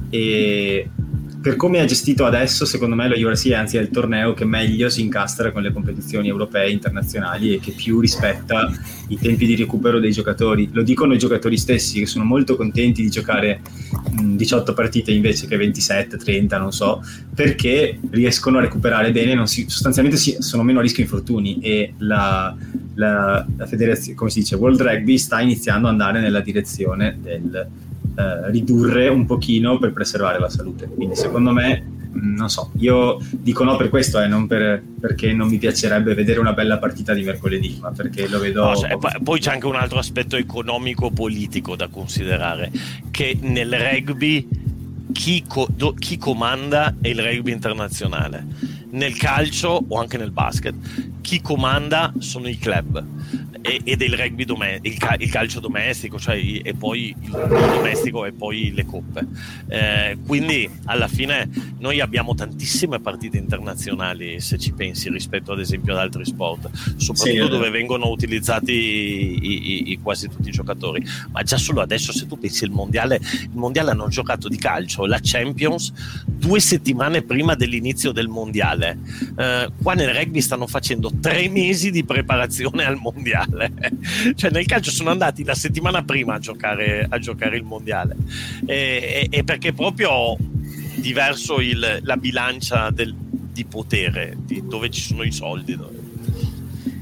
e per come è gestito adesso secondo me lo U R C è anzi è il torneo che meglio si incastra con le competizioni europee internazionali e che più rispetta i tempi di recupero dei giocatori. Lo dicono i giocatori stessi, che sono molto contenti di giocare mh, diciotto partite invece che ventisette trenta, non so, perché riescono a recuperare bene, non si, sostanzialmente si, sono meno a rischio infortuni, e la, la, la federazione, come si dice, World Rugby sta iniziando ad andare nella direzione del Uh, ridurre un pochino per preservare la salute. Quindi secondo me, mh, non so, io dico no per questo, eh, non per, perché non mi piacerebbe vedere una bella partita di mercoledì, ma perché lo vedo... No, cioè, poi c'è anche un altro aspetto economico-politico da considerare, che nel rugby chi, co- do- chi comanda è il rugby internazionale. Nel calcio o anche nel basket chi comanda sono i club e, e del rugby dome- il, ca- il calcio domestico, cioè i- e poi il domestico e poi le coppe, eh, quindi alla fine noi abbiamo tantissime partite internazionali, se ci pensi, rispetto ad esempio ad altri sport, soprattutto sì, dove vengono utilizzati i, i, i quasi tutti i giocatori. Ma già solo adesso, se tu pensi il mondiale il mondiale hanno giocato di calcio la Champions due settimane prima dell'inizio del mondiale. Uh, qua nel rugby stanno facendo tre mesi di preparazione al mondiale, cioè nel calcio sono andati la settimana prima a giocare, a giocare il mondiale, e, e, e perché è proprio diverso il, la bilancia del, di potere, di dove ci sono i soldi, dove...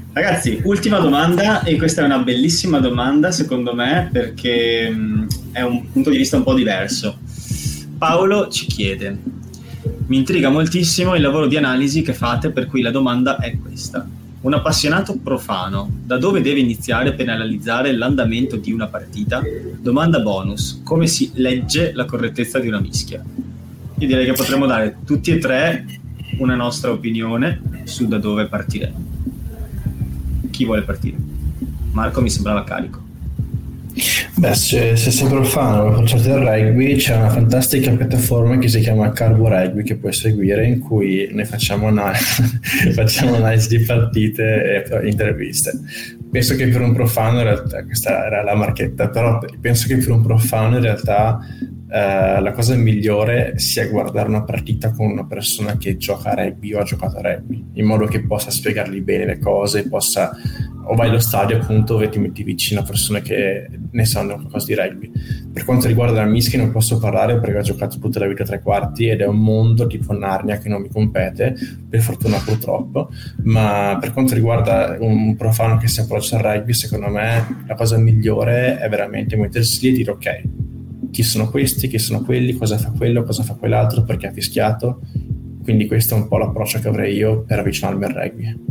Ragazzi, ultima domanda, e questa è una bellissima domanda secondo me, perché mh, è un punto di vista un po' diverso. Paolo ci chiede: mi intriga moltissimo il lavoro di analisi che fate, per cui la domanda è questa. Un appassionato profano, da dove deve iniziare per analizzare l'andamento di una partita? Domanda bonus: come si legge la correttezza di una mischia? Io direi che potremmo dare tutti e tre una nostra opinione su da dove partiremo. Chi vuole partire? Marco mi sembrava carico. Beh, se, se sei profano per approcciarti del rugby, c'è una fantastica piattaforma che si chiama Carbo Rugby che puoi seguire, in cui ne facciamo analisi, facciamo analisi di partite e interviste. Penso che per un profano, in realtà, questa era la marchetta, però penso che per un profano in realtà eh, la cosa migliore sia guardare una partita con una persona che gioca a rugby o ha giocato a rugby, in modo che possa spiegargli bene le cose, possa, o vai allo stadio appunto dove ti metti vicino a persone che ne sanno qualcosa di rugby. Per quanto riguarda la mischia non posso parlare perché ho giocato tutta la vita a tre quarti ed è un mondo tipo Narnia che non mi compete, per fortuna purtroppo, ma per quanto riguarda un profano che si approccia al rugby, secondo me la cosa migliore è veramente mettersi lì e dire ok, chi sono questi, chi sono quelli, cosa fa quello, cosa fa quell'altro, perché ha fischiato. Quindi questo è un po' l'approccio che avrei io per avvicinarmi al rugby.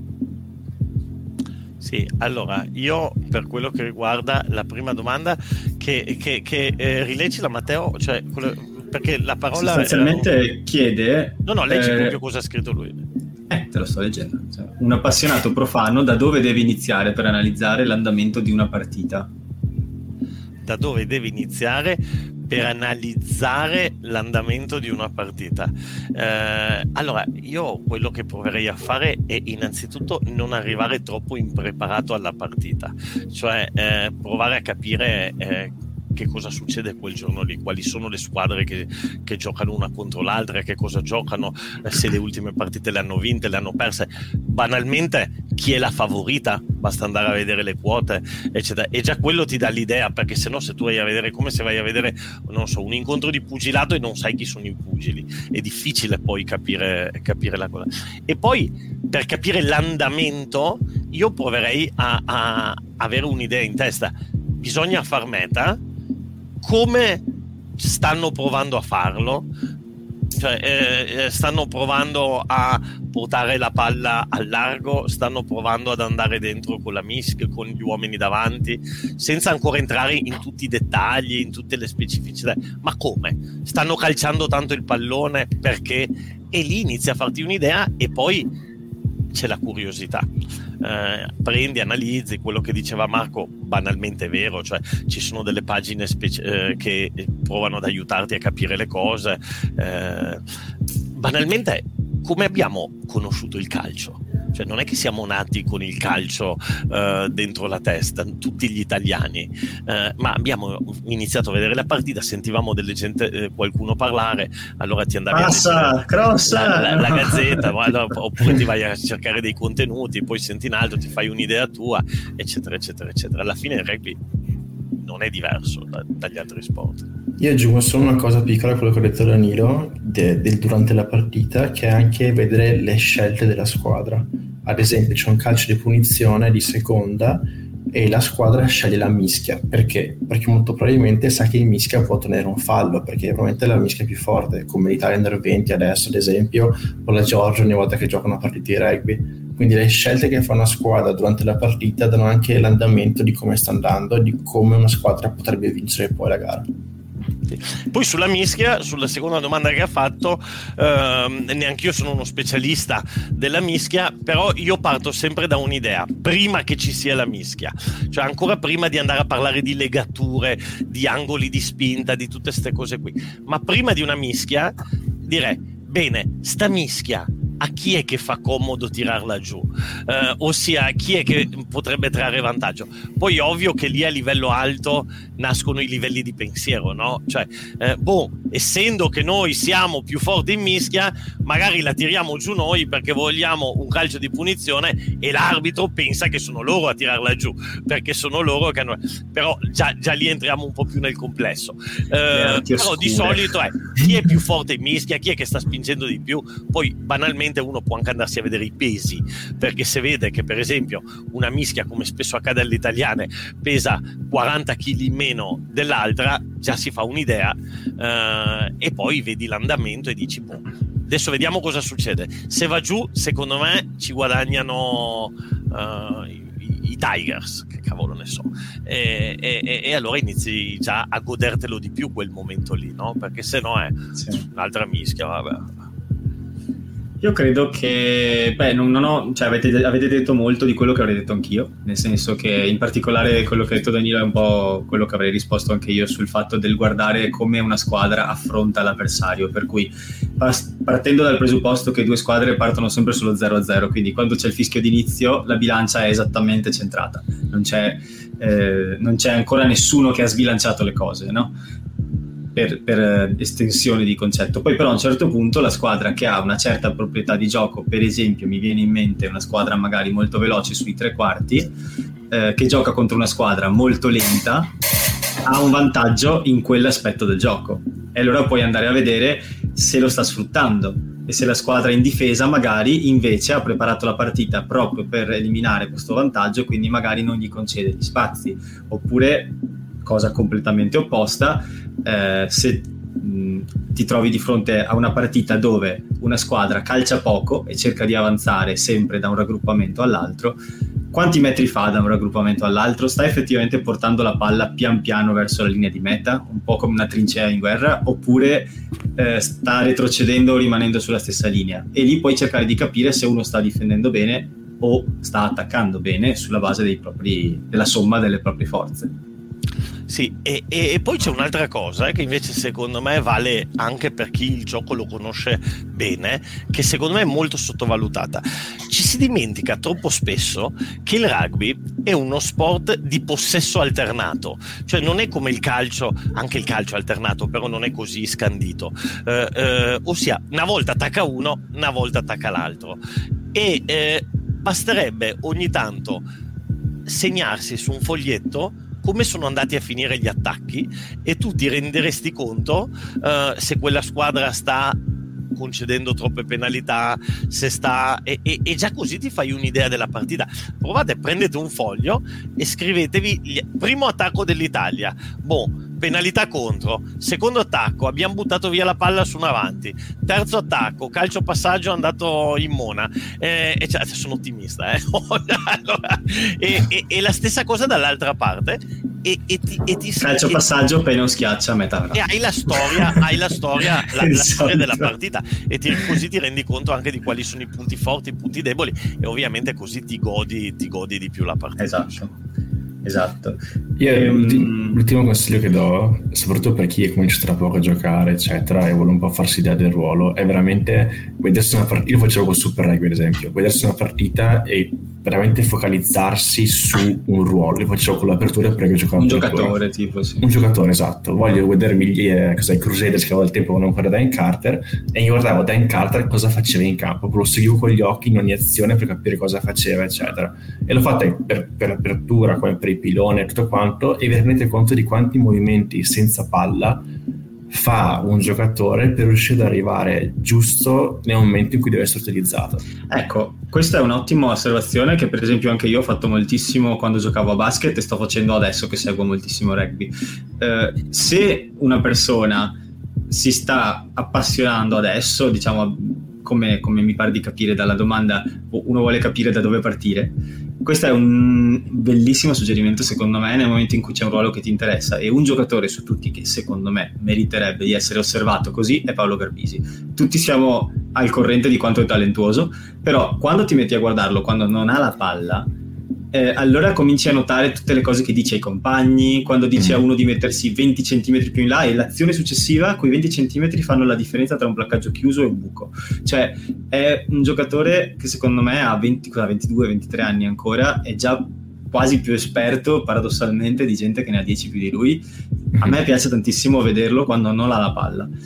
Sì, allora io per quello che riguarda la prima domanda, che, che, che eh, rileggi Matteo, cioè quello, perché la parola sostanzialmente era... chiede no no leggi eh... proprio cosa ha scritto lui. Eh, te lo sto leggendo. Cioè, un appassionato profano da dove deve iniziare per analizzare l'andamento di una partita? Da dove deve iniziare per analizzare l'andamento di una partita? Eh, allora, io quello che proverei a fare è innanzitutto non arrivare troppo impreparato alla partita, cioè eh, provare a capire eh, che cosa succede quel giorno lì, quali sono le squadre che, che giocano una contro l'altra, che cosa giocano, se le ultime partite le hanno vinte, le hanno perse, banalmente chi è la favorita, basta andare a vedere le quote eccetera, e già quello ti dà l'idea, perché sennò se tu vai a vedere, come se vai a vedere non so un incontro di pugilato e non sai chi sono i pugili, è difficile poi capire, capire la cosa. E poi per capire l'andamento io proverei a, a avere un'idea in testa, bisogna far meta. Come stanno provando a farlo? Cioè, eh, stanno provando a portare la palla al largo, stanno provando ad andare dentro con la mischia, con gli uomini davanti, senza ancora entrare in tutti i dettagli, in tutte le specificità. Ma come? Stanno calciando tanto il pallone perché? E lì inizi a farti un'idea e poi c'è la curiosità. Eh, prendi, analizzi quello che diceva Marco, banalmente è vero, cioè ci sono delle pagine speci- eh, che provano ad aiutarti a capire le cose. Eh, banalmente, come abbiamo conosciuto il calcio? Cioè non è che siamo nati con il calcio eh, dentro la testa, tutti gli italiani, eh, ma abbiamo iniziato a vedere la partita, sentivamo delle gente, eh, qualcuno parlare, allora ti andavi Passa, a leggere crossa. la, la, la gazzetta, allora, oppure ti vai a cercare dei contenuti, poi senti in alto, ti fai un'idea tua, eccetera, eccetera, eccetera. Alla fine il rugby non è diverso da, dagli altri sport. Io aggiungo solo una cosa piccola a quello che ha detto Danilo de, de, durante la partita, che è anche vedere le scelte della squadra. Ad esempio c'è un calcio di punizione di seconda e la squadra sceglie la mischia. Perché? Perché molto probabilmente sa che in mischia può ottenere un fallo, perché probabilmente la mischia è più forte, come l'Italia under venti adesso ad esempio, o la Georgia ogni volta che gioca una partita di rugby. Quindi le scelte che fa una squadra durante la partita danno anche l'andamento di come sta andando e di come una squadra potrebbe vincere poi la gara. Poi sulla mischia, sulla seconda domanda che ha fatto, ehm, neanche io sono uno specialista della mischia, però io parto sempre da un'idea, prima che ci sia la mischia, cioè ancora prima di andare a parlare di legature, di angoli di spinta, di tutte queste cose qui, ma prima di una mischia direi, bene, sta mischia a chi è che fa comodo tirarla giù, eh, ossia a chi è che potrebbe trarre vantaggio. Poi è ovvio che lì a livello alto nascono i livelli di pensiero, no? Cioè, eh, boh, essendo che noi siamo più forti in mischia, magari la tiriamo giù noi perché vogliamo un calcio di punizione e l'arbitro pensa che sono loro a tirarla giù, perché sono loro che hanno... Però già, già lì entriamo un po' più nel complesso. Eh, però di solito è chi è più forte in mischia, chi è che sta spingendo di più, poi banalmente ovviamente uno può anche andarsi a vedere i pesi, perché se vede che per esempio una mischia, come spesso accade alle italiane, pesa quaranta chili in meno dell'altra, già si fa un'idea, eh, e poi vedi l'andamento e dici boh, adesso vediamo cosa succede. Se va giù, secondo me ci guadagnano uh, i, i Tigers, che cavolo ne so, e, e, e allora inizi già a godertelo di più quel momento lì, no? Perché se no è sì. un'altra mischia, vabbè. Io credo che, beh, non, non ho, cioè avete, avete detto molto di quello che avrei detto anch'io, nel senso che in particolare quello che ha detto Danilo è un po' quello che avrei risposto anche io sul fatto del guardare come una squadra affronta l'avversario, per cui partendo dal presupposto che due squadre partono sempre sullo zero a zero, quindi quando c'è il fischio d'inizio la bilancia è esattamente centrata, non c'è, eh, non c'è ancora nessuno che ha sbilanciato le cose, no? Per, per estensione di concetto. Poi però a un certo punto la squadra che ha una certa proprietà di gioco, per esempio mi viene in mente una squadra magari molto veloce sui tre quarti, eh, che gioca contro una squadra molto lenta, ha un vantaggio in quell'aspetto del gioco, e allora puoi andare a vedere se lo sta sfruttando, e se la squadra in difesa magari invece ha preparato la partita proprio per eliminare questo vantaggio, quindi magari non gli concede gli spazi, oppure cosa completamente opposta, eh, se mh, ti trovi di fronte a una partita dove una squadra calcia poco e cerca di avanzare sempre da un raggruppamento all'altro, quanti metri fa da un raggruppamento all'altro? Sta effettivamente portando la palla pian piano verso la linea di meta, un po' come una trincea in guerra, oppure eh, sta retrocedendo o rimanendo sulla stessa linea? E lì puoi cercare di capire se uno sta difendendo bene o sta attaccando bene sulla base dei propri, della somma delle proprie forze. Sì, e, e poi c'è un'altra cosa eh, che invece secondo me vale anche per chi il gioco lo conosce bene, che secondo me è molto sottovalutata. Ci si dimentica troppo spesso che il rugby è uno sport di possesso alternato, cioè non è come il calcio, anche il calcio alternato, però non è così scandito, eh, eh, ossia una volta attacca uno, una volta attacca l'altro, e eh, basterebbe ogni tanto segnarsi su un foglietto come sono andati a finire gli attacchi, e tu ti renderesti conto uh, se quella squadra sta concedendo troppe penalità, se sta e, e, e già così ti fai un'idea della partita. Provate, prendete un foglio e scrivetevi gli, primo attacco dell'Italia, boh, penalità contro, secondo attacco abbiamo buttato via la palla su un avanti, terzo attacco calcio passaggio andato in mona, eh, e cioè, sono ottimista eh. allora, e, e, e la stessa cosa dall'altra parte, e, e ti, e ti calcio e, passaggio appena un schiaccia a metà e hai la storia hai la storia la, la storia della partita, e ti, così ti rendi conto anche di quali sono i punti forti, i punti deboli, e ovviamente così ti godi ti godi di più la partita. Esatto. Esatto. Io ehm... l'ultimo consiglio che do, soprattutto per chi è cominciato da poco a giocare eccetera e vuole un po' farsi idea del ruolo, è veramente vedersi una partita. Io facevo col Super Rugby ad esempio, vedersi una partita e veramente focalizzarsi su un ruolo. Io facevo con l'apertura perché giocavo un giocatore tipo sì. un giocatore, esatto. Voglio vedermi gli eh, cos'è, i Crusaders, che avevo al tempo non ancora Dan Carter, e mi guardavo Dan Carter cosa faceva in campo, proprio lo seguivo con gli occhi in ogni azione per capire cosa faceva eccetera, e l'ho fatta per, per l'apertura come per i piloni e tutto quanto, e vi rendete conto di quanti movimenti senza palla fa un giocatore per riuscire ad arrivare giusto nel momento in cui deve essere utilizzato. Ecco, questa è un'ottima osservazione che per esempio anche io ho fatto moltissimo quando giocavo a basket e sto facendo adesso che seguo moltissimo rugby. Eh, se una persona si sta appassionando adesso, diciamo come, come mi pare di capire dalla domanda, uno vuole capire da dove partire, questo è un bellissimo suggerimento secondo me nel momento in cui c'è un ruolo che ti interessa, e un giocatore su tutti che secondo me meriterebbe di essere osservato così è Paolo Garbisi. Tutti siamo al corrente di quanto è talentuoso, però quando ti metti a guardarlo quando non ha la palla, eh, allora cominci a notare tutte le cose che dice ai compagni, quando dice a uno di mettersi venti centimetri più in là, e l'azione successiva, quei venti centimetri fanno la differenza tra un placcaggio chiuso e un buco. Cioè è un giocatore che secondo me ha venti, ventidue ventitré anni ancora, è già quasi più esperto paradossalmente di gente che ne ha dieci più di lui. A me piace tantissimo vederlo quando non ha la palla.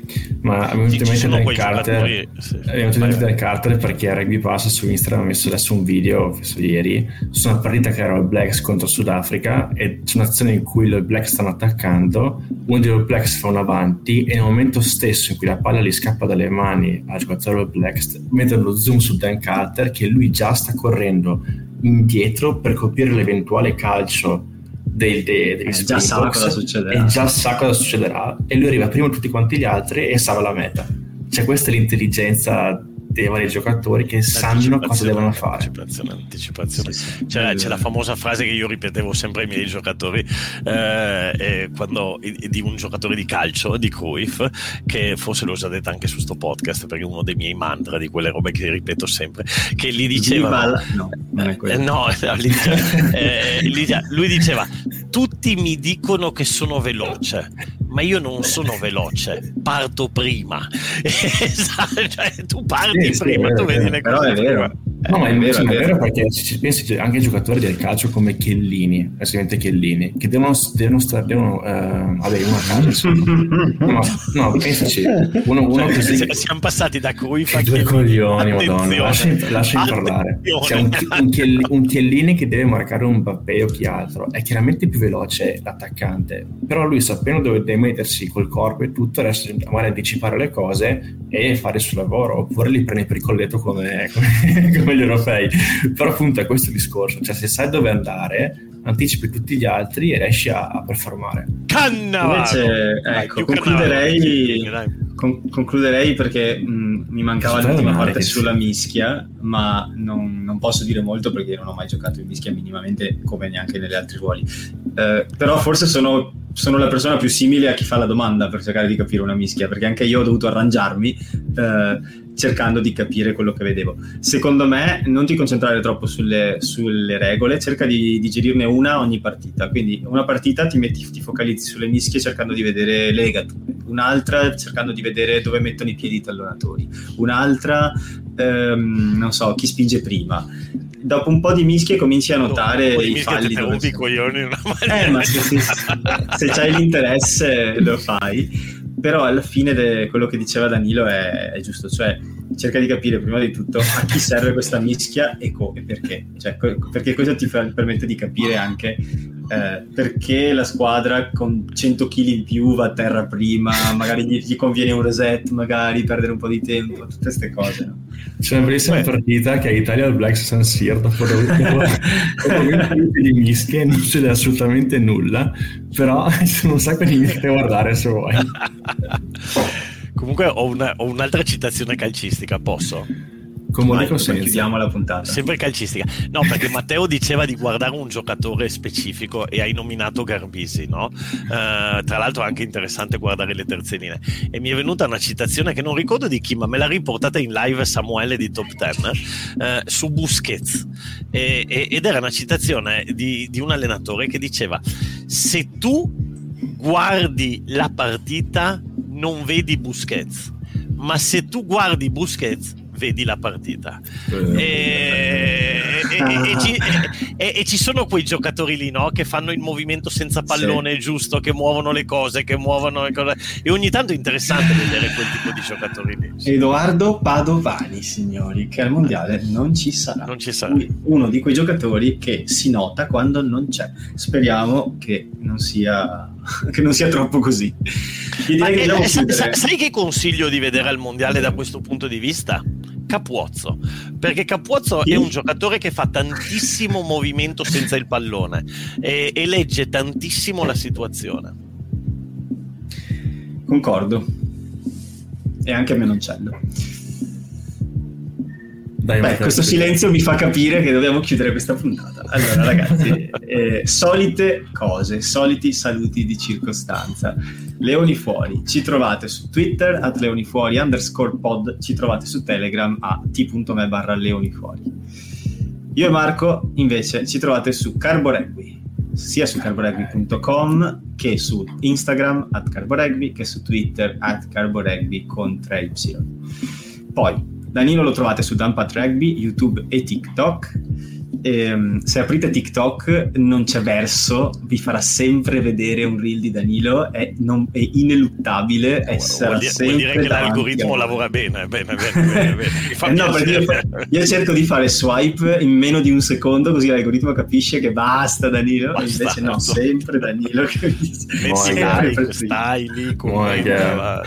Ma abbiamo Ci- ci in sono mente quei Dan Carter, giocatori, sì. abbiamo in mente Dan Carter perché Rugby Pass su Instagram ha messo adesso un video, visto ieri, su una partita che era All Blacks contro Sudafrica, e c'è un'azione in cui gli All Blacks stanno attaccando, uno degli All Blacks fa un avanti e nel momento stesso in cui la palla gli scappa dalle mani al giocatore All Blacks, mettono lo zoom su Dan Carter che lui già sta correndo indietro per colpire l'eventuale calcio dei, dei, degli Eh, già sa Springboks, cosa succederà. e già sa cosa succederà, e lui arriva prima di tutti quanti gli altri e salva la meta. Cioè questa è l'intelligenza dei vari giocatori che sanno cosa devono fare. Anticipazione, anticipazione. Sì, sì. C'è, c'è la famosa frase che io ripetevo sempre ai miei giocatori, eh, eh, quando, di un giocatore di calcio, di Cruyff, che forse l'ho già detta anche su sto podcast perché è uno dei miei mantra, di quelle robe che ripeto sempre, che gli diceva no, non è quello. eh, no, no gli diceva, eh, gli diceva, lui diceva: tutti mi dicono che sono veloce, ma io non sono veloce, parto prima. Cioè, tu parti Sì, sì, prima, è tu vero, vedi le però cose è vero. prima. No, ma È invece vero, non è è vero. vero, perché se ci pensi anche ai giocatori del calcio come Chiellini, presidente Chiellini, che devono, devono, stare, devono eh, avere uno a casa, insomma. no, no, pensaci, uno, uno Cioè, così, se- siamo passati da Cruyff a due Chiellini. coglioni, madonna, Attenzione. lasciami, lasciami parlare. Attenzione. Cioè, un, un, Chiellini, un Chiellini che deve marcare un Mbappé o chi altro è chiaramente più veloce l'attaccante, però lui sapendo dove deve mettersi col corpo e tutto, adesso magari anticipare le cose e fare il suo lavoro, oppure li prende per il colletto come, come, come gli europei. Però appunto è questo il discorso, cioè se sai dove andare anticipi tutti gli altri e riesci a, a performare. Cannavaro. Invece, Dai, ecco, più concluderei, Cannavaro, dai. con- concluderei perché mh, mi mancava Sto l'ultima male, parte sì. sulla mischia, ma non, non posso dire molto perché non ho mai giocato in mischia minimamente, come neanche negli altri ruoli. Eh, però forse sono, sono la persona più simile a chi fa la domanda per cercare di capire una mischia, perché anche io ho dovuto arrangiarmi eh, cercando di capire quello che vedevo. Secondo me non ti concentrare troppo sulle, sulle regole, cerca di digerirne una ogni partita. Quindi una partita ti, metti, ti focalizzi sulle mischie cercando di vedere le legature, un'altra cercando di vedere dove mettono i piedi i tallonatori, un'altra ehm, non so, chi spinge prima. Dopo un po' di mischie cominci a notare Poi i mischia falli te dove rompi i sono. coglioni in una maniera. Eh, ma se, se, se c'hai l'interesse lo fai. Però alla fine de, quello che diceva Danilo è, è giusto, cioè cerca di capire prima di tutto a chi serve questa mischia e, co- e perché, cioè, co- perché questo ti fa, permette di capire anche eh, perché la squadra con cento chili in più va a terra prima, magari gli, gli conviene un reset, magari perdere un po' di tempo, tutte queste cose, no? C'è una bellissima Beh. partita che è Italia All Blacks San Siro, dopo venti minuti di mischie non succede assolutamente nulla, però sono un sacco di mischie da guardare se vuoi. Comunque ho, una, ho un'altra citazione calcistica, posso? Con Vai, Monico poi senza. chiudiamo la puntata. Sempre calcistica. No, perché Matteo diceva di guardare un giocatore specifico e hai nominato Garbisi, no? Uh, tra l'altro è anche interessante guardare le terze linee. E mi è venuta una citazione che non ricordo di chi, ma me l'ha riportata in live Samuele di Top Ten uh, su Busquets. E, e, ed era una citazione di, di un allenatore che diceva: se tu guardi la partita non vedi Busquets, ma se tu guardi Busquets vedi la partita. E, e, e, e, ci, e, e ci sono quei giocatori lì, no? Che fanno il movimento senza pallone, sì, giusto, che muovono le cose, che muovono le cose, e ogni tanto è interessante vedere quel tipo di giocatori lì. Edoardo Padovani, signori, che al mondiale non ci sarà. Non ci sarà. Uno di quei giocatori che si nota quando non c'è. Speriamo che non sia che non sia troppo così. Ma che, eh, sai, sai che consiglio di vedere al mondiale da questo punto di vista? Capuzzo, perché Capuzzo sì, è un giocatore che fa tantissimo movimento senza il pallone e, e legge tantissimo la situazione. Concordo. E anche a Menoncello. Dai, Beh, questo silenzio mi fa capire che dobbiamo chiudere questa puntata. Allora, ragazzi, eh, solite cose, soliti saluti di circostanza. Leoni Fuori, ci trovate su Twitter at leonifuori underscore pod, ci trovate su Telegram a t.me barra leonifuori. Io e Marco invece ci trovate su Carborugby, sia su carborugby punto com che su Instagram at carborugby, che su Twitter at carborugby con tre y. Poi Danilo lo trovate su Dumpat Rugby, YouTube e TikTok. E, se aprite TikTok non c'è verso, vi farà sempre vedere un reel di Danilo, è, non, è ineluttabile, e sarà vuol, dire, sempre vuol dire che davanti l'algoritmo a... lavora bene, bene, bene, bene, bene. Mi fa eh no, perché io, io cerco di fare swipe in meno di un secondo, così l'algoritmo capisce che basta Danilo, basta, e invece no, sempre Danilo che metti like, stai lì commenta.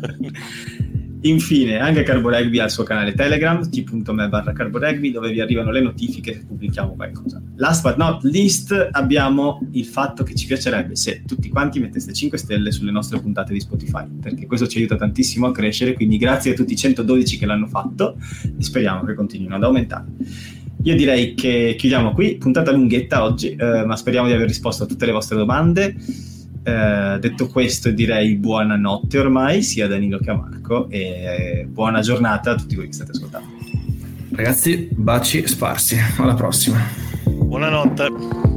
Infine anche Carborugby ha il suo canale Telegram, t punto m e barra Carborugby, dove vi arrivano le notifiche se pubblichiamo qualcosa. Last but not least abbiamo il fatto che ci piacerebbe se tutti quanti metteste cinque stelle sulle nostre puntate di Spotify, perché questo ci aiuta tantissimo a crescere, quindi grazie a tutti i centododici che l'hanno fatto e speriamo che continuino ad aumentare. Io direi che chiudiamo qui, puntata lunghetta oggi, eh, ma speriamo di aver risposto a tutte le vostre domande. Eh, detto questo direi buonanotte ormai sia a Danilo che a Marco, e buona giornata a tutti voi che state ascoltando. Ragazzi, baci sparsi, alla prossima. Buonanotte.